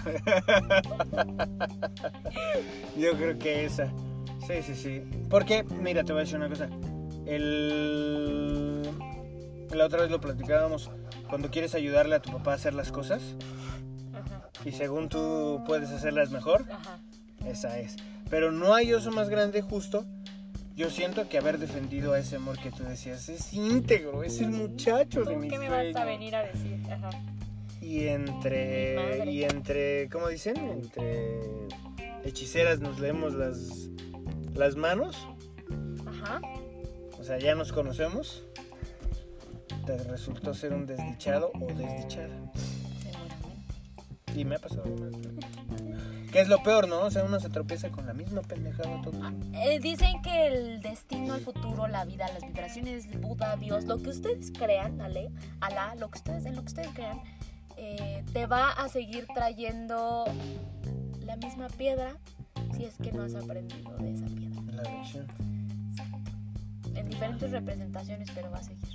Yo creo que esa. Sí. Porque, mira, te voy a decir una cosa. La otra vez lo platicábamos. Cuando quieres ayudarle a tu papá a hacer las cosas Ajá, y según tú puedes hacerlas mejor, ajá. esa es. Pero no hay oso más grande justo. Yo siento que haber defendido a ese amor que tú decías es íntegro, es el muchacho de ¿Tú mis qué me vas a sueños. venir a decir? Ajá. Y Mi madre. entre, ¿cómo dicen? Entre hechiceras nos leemos las manos. Ajá. O sea, ya nos conocemos. Te resultó ser un desdichado o desdichada. Seguramente. Y me ha pasado más. ¿Qué es lo peor, no? O sea, uno se tropieza con la misma pendejada todo. Dicen que el destino, el futuro, la vida, las vibraciones, Buda, Dios, lo que ustedes crean, Alá, lo que ustedes crean, te va a seguir trayendo la misma piedra si es que no has aprendido de esa piedra. La lección. En diferentes representaciones, pero va a seguir.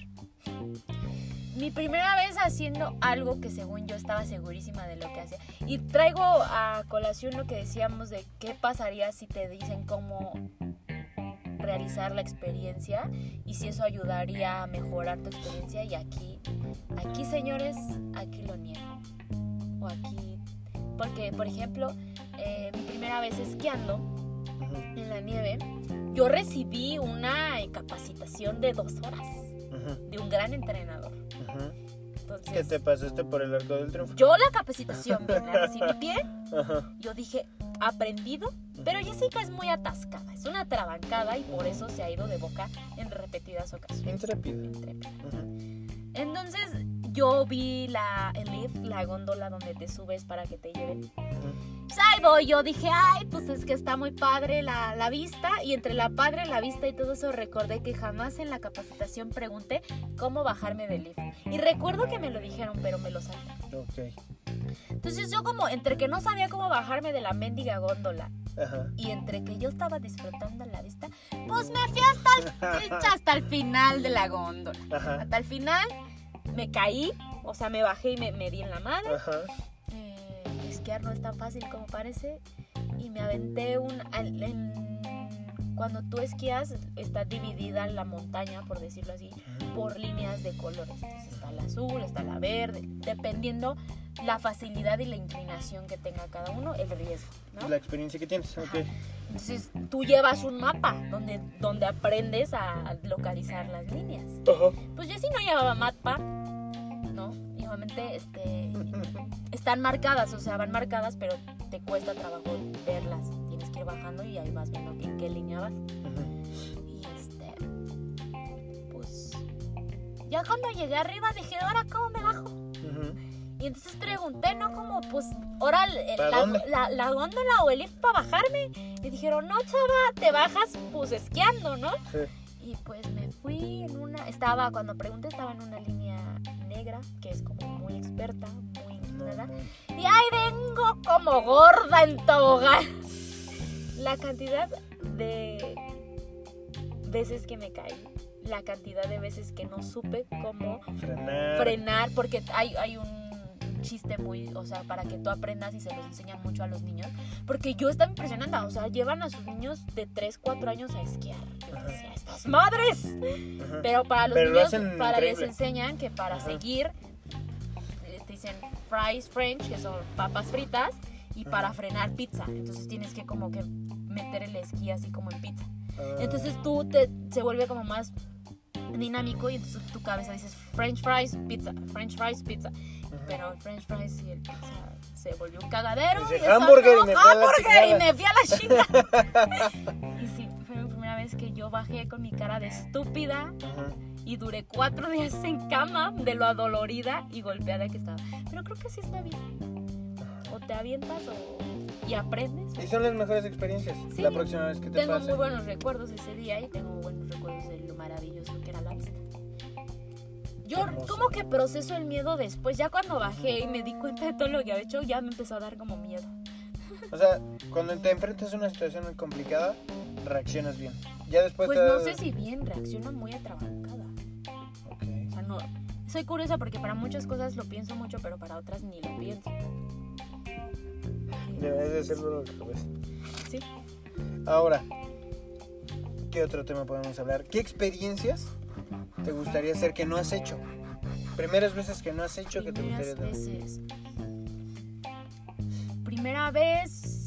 Mi primera vez haciendo algo que según yo estaba segurísima de lo que hacía. Y traigo a colación lo que decíamos de qué pasaría si te dicen cómo realizar la experiencia y si eso ayudaría a mejorar tu experiencia. Y aquí señores, aquí lo niego. O aquí, porque por ejemplo, mi primera vez esquiando Ujú, en la nieve, yo recibí una capacitación de 2 horas ujú, de un gran entrenador. ujú. Entonces, ¿Qué te pasaste por el arco del triunfo? yo la capacitación bien, la recibí bien. Ajá. Yo dije, aprendido, pero Jessica es muy atascada, es una trabancada y por eso se ha ido de boca en repetidas ocasiones. Intrépido. Intrépida. Ujú. Entonces yo vi el lift, la góndola donde te subes para que te lleven. Ujú. Pues ahí voy, yo dije, ay, pues es que está muy padre la vista. Y entre la padre, la vista y todo eso recordé que jamás en la capacitación pregunté cómo bajarme del lift. Y recuerdo que me lo dijeron, pero me lo salté. Ok. Entonces yo como entre que no sabía cómo bajarme de la mendiga góndola Ajá. y entre que yo estaba disfrutando la vista, pues me fui hasta el final de la góndola. Ajá. Hasta el final me caí, o sea, me bajé y me di en la madre. Ajá. Esquiar no es tan fácil como parece y me aventé cuando tú esquías está dividida la montaña, por decirlo así, por líneas de colores. Entonces está la azul, está la verde, dependiendo la facilidad y la inclinación que tenga cada uno, el riesgo, ¿no? La experiencia que tienes, ok. Entonces tú llevas un mapa donde aprendes a localizar las líneas. Ajá. Pues yo sí no llevaba mapa, ¿no? Y obviamente están marcadas, o sea, van marcadas, pero te cuesta trabajo verlas. Tienes que ir bajando y ahí vas viendo en qué línea vas. Ujú. Y pues ya cuando llegué arriba dije, ¿ahora cómo me bajo? Ujú. Y entonces pregunté, ¿no? Como, pues, ahora ¿Para dónde? la góndola o el lift para bajarme. Y dijeron, no, chava, te bajas, pues, esquiando, ¿no? Sí. Y pues me fui cuando pregunté, estaba en una línea negra, que es como muy experta, muy inclinada. No, Y ahí vengo como gorda en tobogán. La cantidad de veces que me caí, la cantidad de veces que no supe cómo frenar, porque hay un chiste muy, o sea, para que tú aprendas y se los enseñan mucho a los niños, porque yo estaba impresionada, o sea, llevan a sus niños de 3, 4 años a esquiar. Yo decía, estos las madres. Ajá. Pero para los Pero lo niños, hacen les increíble. enseñan que para Ajá. seguir, te dicen fries French, que son papas fritas, y para Ajá. frenar pizza. Entonces tienes que como que meter el esquí así como en pizza. Ah. Entonces se vuelve como más dinámico y entonces tu cabeza dices French fries, pizza, French fries, pizza. Ajá. Pero el French fries y el pizza se volvió un cagadero. Dice, y eso hamburger no, y me fui a la hamburger y chingada. me fui a la chingada. Y sí, fue la primera vez que yo bajé con mi cara de estúpida Ajá. y duré 4 días en cama de lo adolorida y golpeada que estaba. Pero creo que sí está bien. O te avientas y aprendes. Y son las mejores experiencias. Sí, La próxima vez que te Tengo pase. muy buenos recuerdos de ese día y tengo buenos recuerdos de lo maravilloso que era la vista. Yo Hermoso. como que proceso el miedo después, ya cuando bajé y me di cuenta de todo lo que había hecho, ya me empezó a dar como miedo. O sea, cuando te enfrentas a una situación muy complicada, reaccionas bien. Ya después Pues te no das- sé si bien, reacciona muy atrabancada. Ok. O sea, no, soy curiosa porque para muchas cosas lo pienso mucho, pero para otras ni lo pienso. Debes de hacerlo al revés. Sí. Ahora, ¿qué otro tema podemos hablar? ¿Qué experiencias te gustaría hacer que no has hecho? Primeras veces que no has hecho que te gustaría Primeras hacer. veces. Primera vez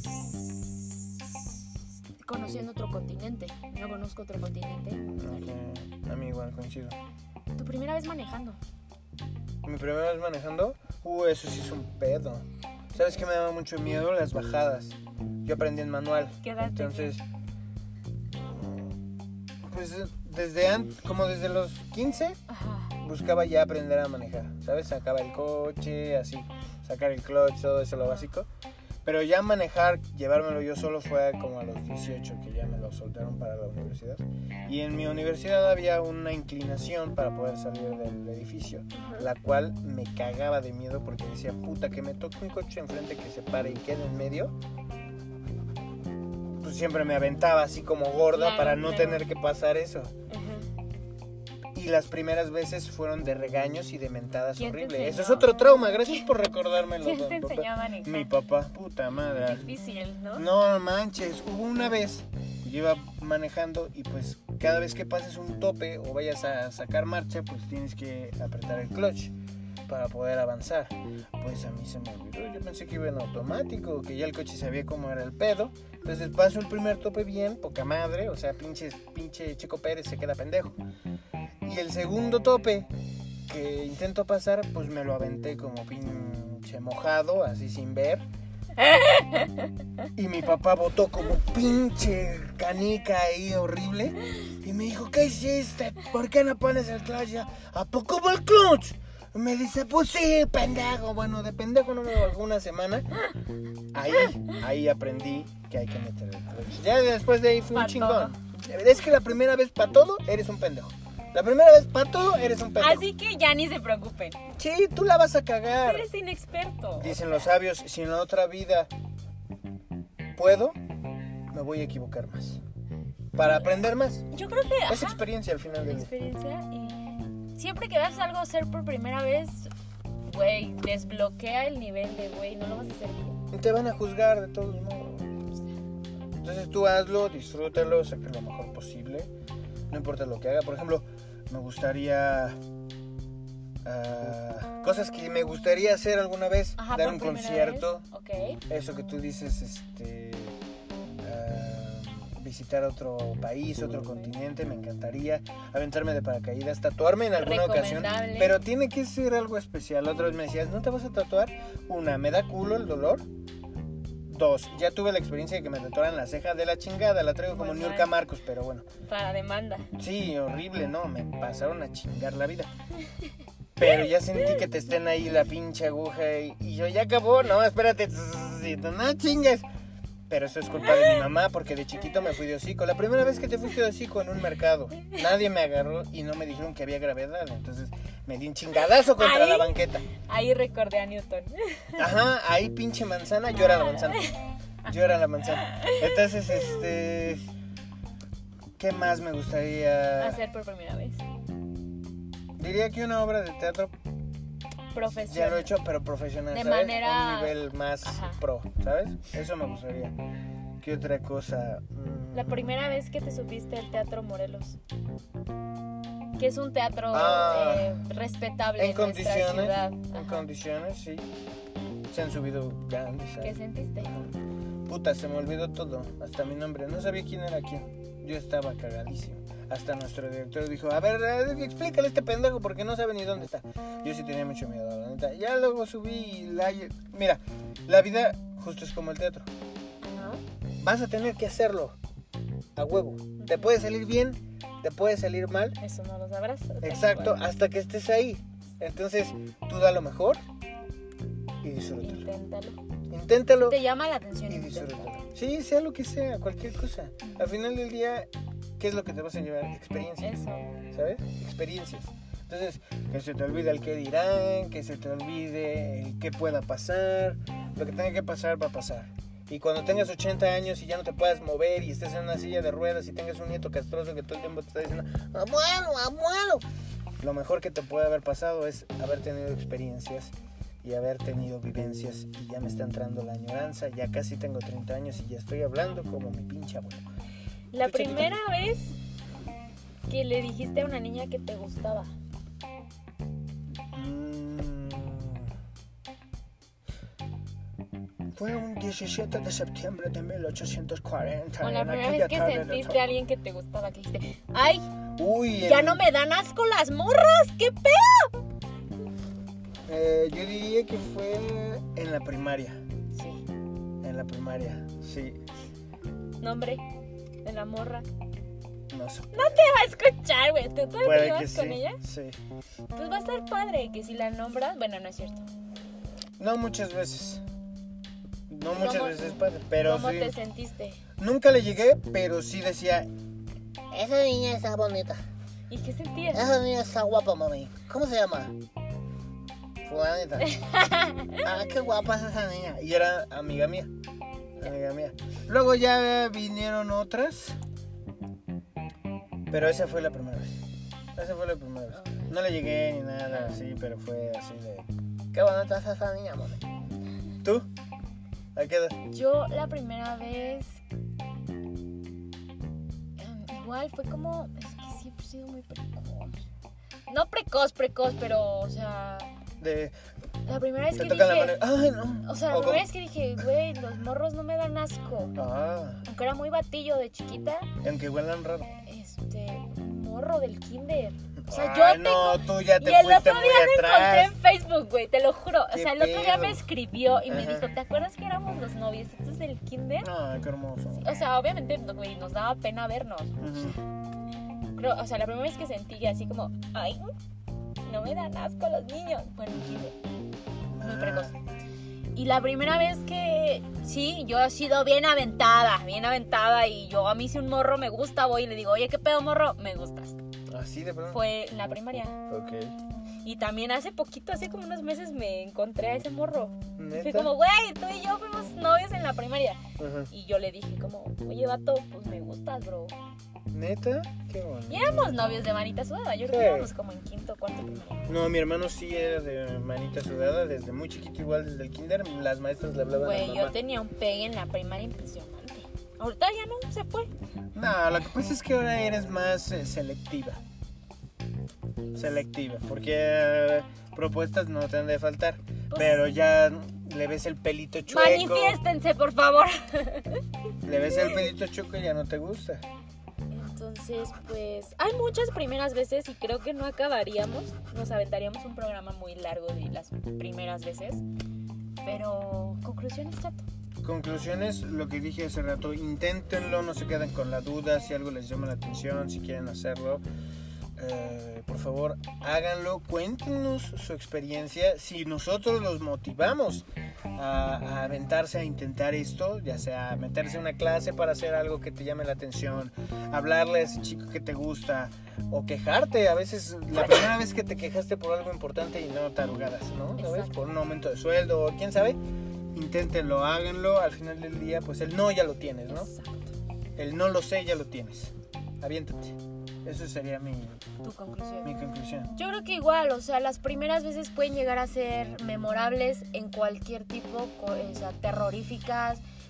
conociendo otro continente. No conozco otro continente. Ok, a mí igual coincido. Tu primera vez manejando. Mi primera vez manejando, eso sí es un pedo. ¿Sabes qué me daba mucho miedo? Las bajadas. Yo aprendí en manual. ¿Qué edad Entonces, pues como desde los 15 Ajá. buscaba ya aprender a manejar, ¿sabes? Sacaba el coche, así, sacar el clutch, todo eso lo básico. Pero ya manejar, llevármelo yo solo fue como a los 18 que ya me lo soltaron para la universidad. Y en mi universidad había una inclinación para poder salir del edificio, la cual me cagaba de miedo porque decía, puta, que me toque un coche enfrente que se pare y quede en medio. Pues siempre me aventaba así como gorda Claro, para no claro. tener que pasar eso. Ajá. Y las primeras veces fueron de regaños y de mentadas ¿Quién te horribles. enseñó? Eso es otro trauma. Gracias por recordármelo. ¿Quién te don papá. enseñó a manejar? Mi papá, puta madre. Difícil, ¿no? No manches, hubo una vez, yo iba manejando y pues cada vez que pases un tope o vayas a sacar marcha, pues tienes que apretar el clutch para poder avanzar. Pues a mí se me olvidó, yo pensé que iba en automático, que ya el coche sabía cómo era el pedo. Entonces paso el primer tope bien, poca madre, o sea, pinche Checo Pérez se queda pendejo. Y el segundo tope que intento pasar, pues me lo aventé como pinche mojado, así sin ver. Y mi papá botó como pinche canica ahí horrible. Y me dijo, ¿qué hiciste? ¿Por qué no pones el clutch ya? ¿A poco va el clutch? Y me dice, pues sí, pendejo. Bueno, de pendejo no me bajó una semana. Ahí aprendí que hay que meter el clutch. Ya después de ahí fui un Pa' chingón. Es que la primera vez para todo eres un pendejo. La primera vez para todo eres un pendejo. Así que ya ni se preocupen. Sí, tú la vas a cagar. Eres inexperto. Dicen los sabios, si en la otra vida puedo, me voy a equivocar más. Para aprender más. Yo creo que Es experiencia al final del día. experiencia y siempre que vas a algo hacer por primera vez, güey, desbloquea el nivel de güey, no lo vas a hacer bien. Te van a juzgar de todos modos. Entonces tú hazlo, disfrútalo, saca lo mejor posible. No importa lo que haga. Por ejemplo, me gustaría... cosas que me gustaría hacer alguna vez. Ajá, dar por un primera concierto. vez. Ok. Eso que tú dices, visitar otro país, otro continente, me encantaría. Aventarme de paracaídas, tatuarme en alguna ocasión. Recomendable. Pero tiene que ser algo especial. La otra vez me decías, ¿no te vas a tatuar? Una, me da culo el dolor. 2, ya tuve la experiencia de que me tatuaran la ceja de la chingada. La traigo como Muy Niurka mal. Marcos, pero bueno. Para demanda. Sí, horrible, ¿no? Me pasaron a chingar la vida. Pero ya sentí que te estén ahí la pinche aguja y yo ya acabó. No, espérate. No chingues. Pero eso es culpa de mi mamá porque de chiquito me fui de hocico. La primera vez que te fuiste de hocico en un mercado, nadie me agarró y no me dijeron que había gravedad. Entonces me di un chingadazo contra ¿Ahí? la banqueta. Ahí recordé a Newton. Ajá, ahí pinche manzana, yo era la manzana. Yo era la manzana. Entonces, ¿qué más me gustaría? Hacer por primera vez. Diría que una obra de teatro Profesión. ya lo he hecho, pero profesional, De ¿sabes? manera- Un nivel más Ajá. pro, ¿sabes? Eso me gustaría. ¿Qué otra cosa? La primera vez que te subiste al Teatro Morelos. Que es un teatro respetable en nuestra ciudad. En condiciones, sí. Se han subido grandes. ¿Sabes? ¿Qué sentiste? Puta, se me olvidó todo. Hasta mi nombre. No sabía quién era quién. Yo estaba cagadísimo. Hasta nuestro director dijo, a ver, explícale a este pendejo porque no sabe ni dónde está. Yo sí tenía mucho miedo, la neta. Ya luego subí y mira, la vida justo es como el teatro. Vas a tener que hacerlo a huevo. Te puede salir bien, te puede salir mal. Eso no lo sabrás. Exacto, hasta que estés ahí. Entonces, tú da lo mejor y disfrútalo. Inténtalo. Te llama la atención y disfrútalo. Sí, sea lo que sea, cualquier cosa. Al final del día, ¿qué es lo que te vas a llevar? Experiencias. Eso. ¿Sabes? Experiencias. Entonces, que se te olvide el qué dirán, que se te olvide el qué pueda pasar. Lo que tenga que pasar va a pasar. Y cuando tengas 80 años y ya no te puedas mover y estés en una silla de ruedas y tengas un nieto castroso que todo el tiempo te está diciendo abuelo, lo mejor que te puede haber pasado es haber tenido experiencias y haber tenido vivencias. Y ya me está entrando la añoranza. Ya casi tengo 30 años y ya estoy hablando como mi pinche abuelo. La primera vez que le dijiste a una niña que te gustaba. Fue un 17 de septiembre de 1840. O la primera vez que sentiste a alguien que te gustaba, que dijiste, ¡ay! Uy, ya no me dan asco las morras, ¿qué pedo? Yo diría que fue en la primaria. Sí. En la primaria, sí. ¿Nombre de la morra? No sé. No te va a escuchar, güey. ¿Tú todavía llevas con ella? Sí. Pues va a estar padre que si la nombras... Bueno, no es cierto. No muchas veces. No muchas veces, padre. Pero ¿Cómo sí. te sentiste? Nunca le llegué, pero sí decía... Esa niña está bonita. ¿Y qué sentías? Esa niña está guapa, mami. ¿Cómo se llama? Fulanita. Qué guapa es esa niña. Y era amiga mía. Amiga mía. Luego ya vinieron otras. Pero esa fue la primera vez. Esa fue la primera vez. No le llegué ni nada así, pero fue así de... Qué bonita es esa niña, mami. ¿Tú? ¿A qué edad? Yo la primera vez... igual fue como... Es que siempre he sido muy precoz. No precoz, pero, o sea... La primera vez que dije... Ay, no. O sea, la primera vez que dije, güey, los morros no me dan asco. Ah. Aunque era muy batillo de chiquita. Aunque huelan raro. Un morro del kinder. O sea, Ay, yo tengo... no, tú ya te y el fuiste otro muy día lo encontré atrás. en Facebook, güey, te lo juro. O ¿Qué sea, el otro día pedo? me escribió y me Ajá. dijo, ¿te acuerdas que éramos los noviecitos del kinder? Ay, qué hermoso. O sea, obviamente, güey, nos daba pena vernos. Pero, o sea, la primera vez que sentí así como, ay, no me dan asco los niños. Bueno, kinder. Muy precoz. Y la primera vez que, sí, yo he sido bien aventada y yo a mí si un morro me gusta, voy y le digo, oye, ¿qué pedo, morro? Me gustas. ¿Así de pronto? Fue en la primaria. Ok. Y también hace poquito, hace como unos meses me encontré a ese morro. ¿Neta? Fue como, güey, tú y yo fuimos novios en la primaria. Ajá. Y yo le dije como, oye, vato, pues me gustas, bro. ¿Neta? Qué bonito. Y éramos novios de manita sudada. Yo creo que éramos como en quinto, cuarto primaria. No, mi hermano sí era de manita sudada desde muy chiquito, igual desde el kinder. Las maestras le hablaban a Güey, mamá. yo tenía un pegue en la primaria impresionante. Ahorita ya no, se fue. No, lo que pasa es que ahora eres más selectiva. Selectiva, porque propuestas no te han de faltar. Pues, pero ya le ves el pelito chueco. Manifiéstense, por favor. Le ves el pelito chueco y ya no te gusta. Entonces, pues, hay muchas primeras veces y creo que no acabaríamos. Nos aventaríamos un programa muy largo de las primeras veces. Pero, conclusiones, chato. Conclusiones, lo que dije hace rato, inténtenlo, no se queden con la duda, si algo les llama la atención, si quieren hacerlo, por favor, háganlo, cuéntenos su experiencia, si nosotros los motivamos a aventarse a intentar esto, ya sea meterse a una clase para hacer algo que te llame la atención, hablarle a ese chico que te gusta, o quejarte, a veces la primera vez que te quejaste por algo importante y no tarugadas, ¿no? ¿Sabes? Exacto. Por un aumento de sueldo, o quién sabe. Inténtenlo, háganlo, al final del día pues el no ya lo tienes, ¿no? Exacto. El no lo sé ya lo tienes. Aviéntate. Eso sería mi Tu conclusión. Yo creo que igual, o sea, las primeras veces pueden llegar a ser memorables en cualquier tipo, o sea, terroríficas,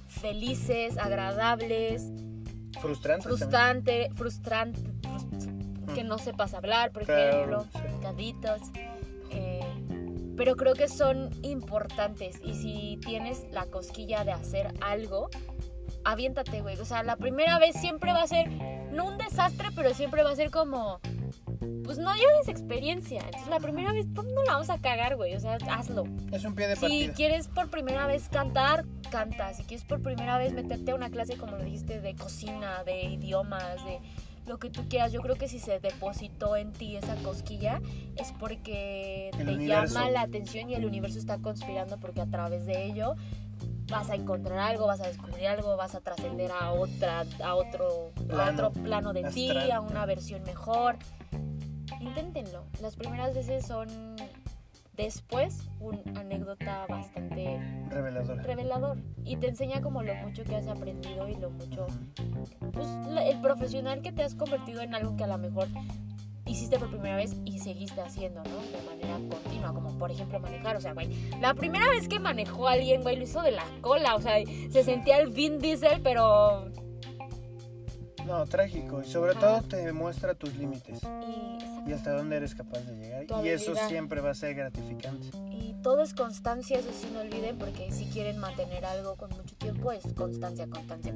felices, agradables, Frustrante. que no sepas hablar, por Claro, ejemplo, sí. caditos. Pero creo que son importantes y si tienes la cosquilla de hacer algo, aviéntate, güey. O sea, la primera vez siempre va a ser, no un desastre, pero siempre va a ser como, pues no lleves experiencia. Entonces la primera vez, pues no la vamos a cagar, güey. O sea, hazlo. Es un pie de Si partida. quieres por primera vez cantar, canta. Si quieres por primera vez meterte a una clase, como lo dijiste, de cocina, de idiomas, de lo que tú quieras. Yo creo que si se depositó en ti esa cosquilla es porque El te universo. llama la atención y el universo está conspirando porque a través de ello vas a encontrar algo, vas a descubrir algo, vas a trascender a otro plano de ti, astral. a una versión mejor. Inténtenlo. Las primeras veces son después una anécdota bastante Reveladora. revelador y te enseña como lo mucho que has aprendido y lo mucho, pues el profesional que te has convertido en algo que a lo mejor hiciste por primera vez y seguiste haciendo, ¿no? De manera continua, como por ejemplo manejar. O sea, güey, la primera vez que manejó alguien, güey, lo hizo de la cola. O sea, se sentía el Vin Diesel, pero... No, trágico. Y sobre todo te demuestra tus límites Y y hasta dónde eres capaz de llegar. Tu Y eso habilidad. siempre va a ser gratificante. Y todo es constancia, eso sí no olviden, porque si quieren mantener algo con mucho tiempo es constancia,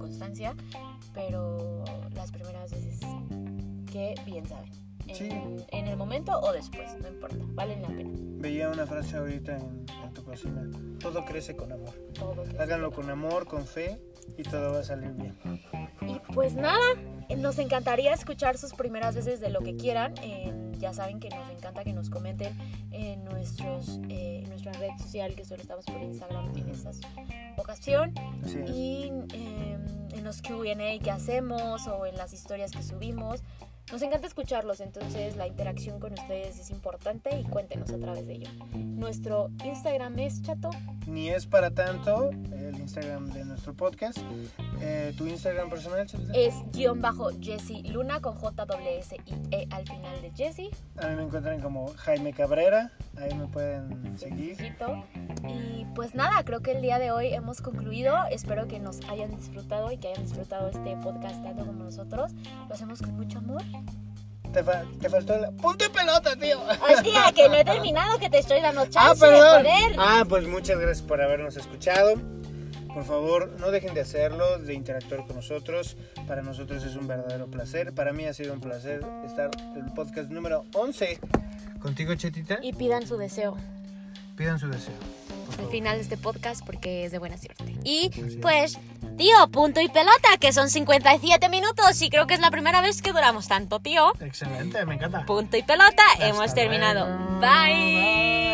pero las primeras veces que bien saben, Sí. en el momento o después, no importa, valen la pena. Veía una frase ahorita en tu cocina. Todo crece con amor. Todo que Háganlo con amor, con fe y todo va a salir bien. Y pues nada, nos encantaría escuchar sus primeras veces de lo que quieran. Ya saben que nos encanta que nos comenten en nuestra red social, que solo estamos por Instagram en esta ocasión. Así es. Y en los Q&A que hacemos o en las historias que subimos. Nos encanta escucharlos, entonces la interacción con ustedes es importante y cuéntenos a través de ello. Nuestro Instagram es Chato. Ni es para tanto el Instagram de nuestro podcast. ¿Tu Instagram personal, Chelita? Es _Jessie Luna con JSSIE al final de Jessie. A mí me encuentran como Jaime Cabrera. Ahí me pueden seguir. Sencillito. Y pues nada, creo que el día de hoy hemos concluido. Espero que nos hayan disfrutado y que hayan disfrutado este podcast tanto como nosotros. Lo hacemos con mucho amor. Te faltó el punto de pelota, tío. Hostia, que no he terminado, que te estoy dando chance, perdón. joder. Pues muchas gracias por habernos escuchado. Por favor, no dejen de hacerlo, de interactuar con nosotros. Para nosotros es un verdadero placer. Para mí ha sido un placer estar en el podcast número 11 contigo, Chetita. Y pidan su deseo Pidan su deseo. al final de este podcast porque es de buena suerte. Y pues, tío, punto y pelota, que son 57 minutos y creo que es la primera vez que duramos tanto, tío. Excelente, me encanta. Punto y pelota, Hasta hemos terminado. luego. Bye.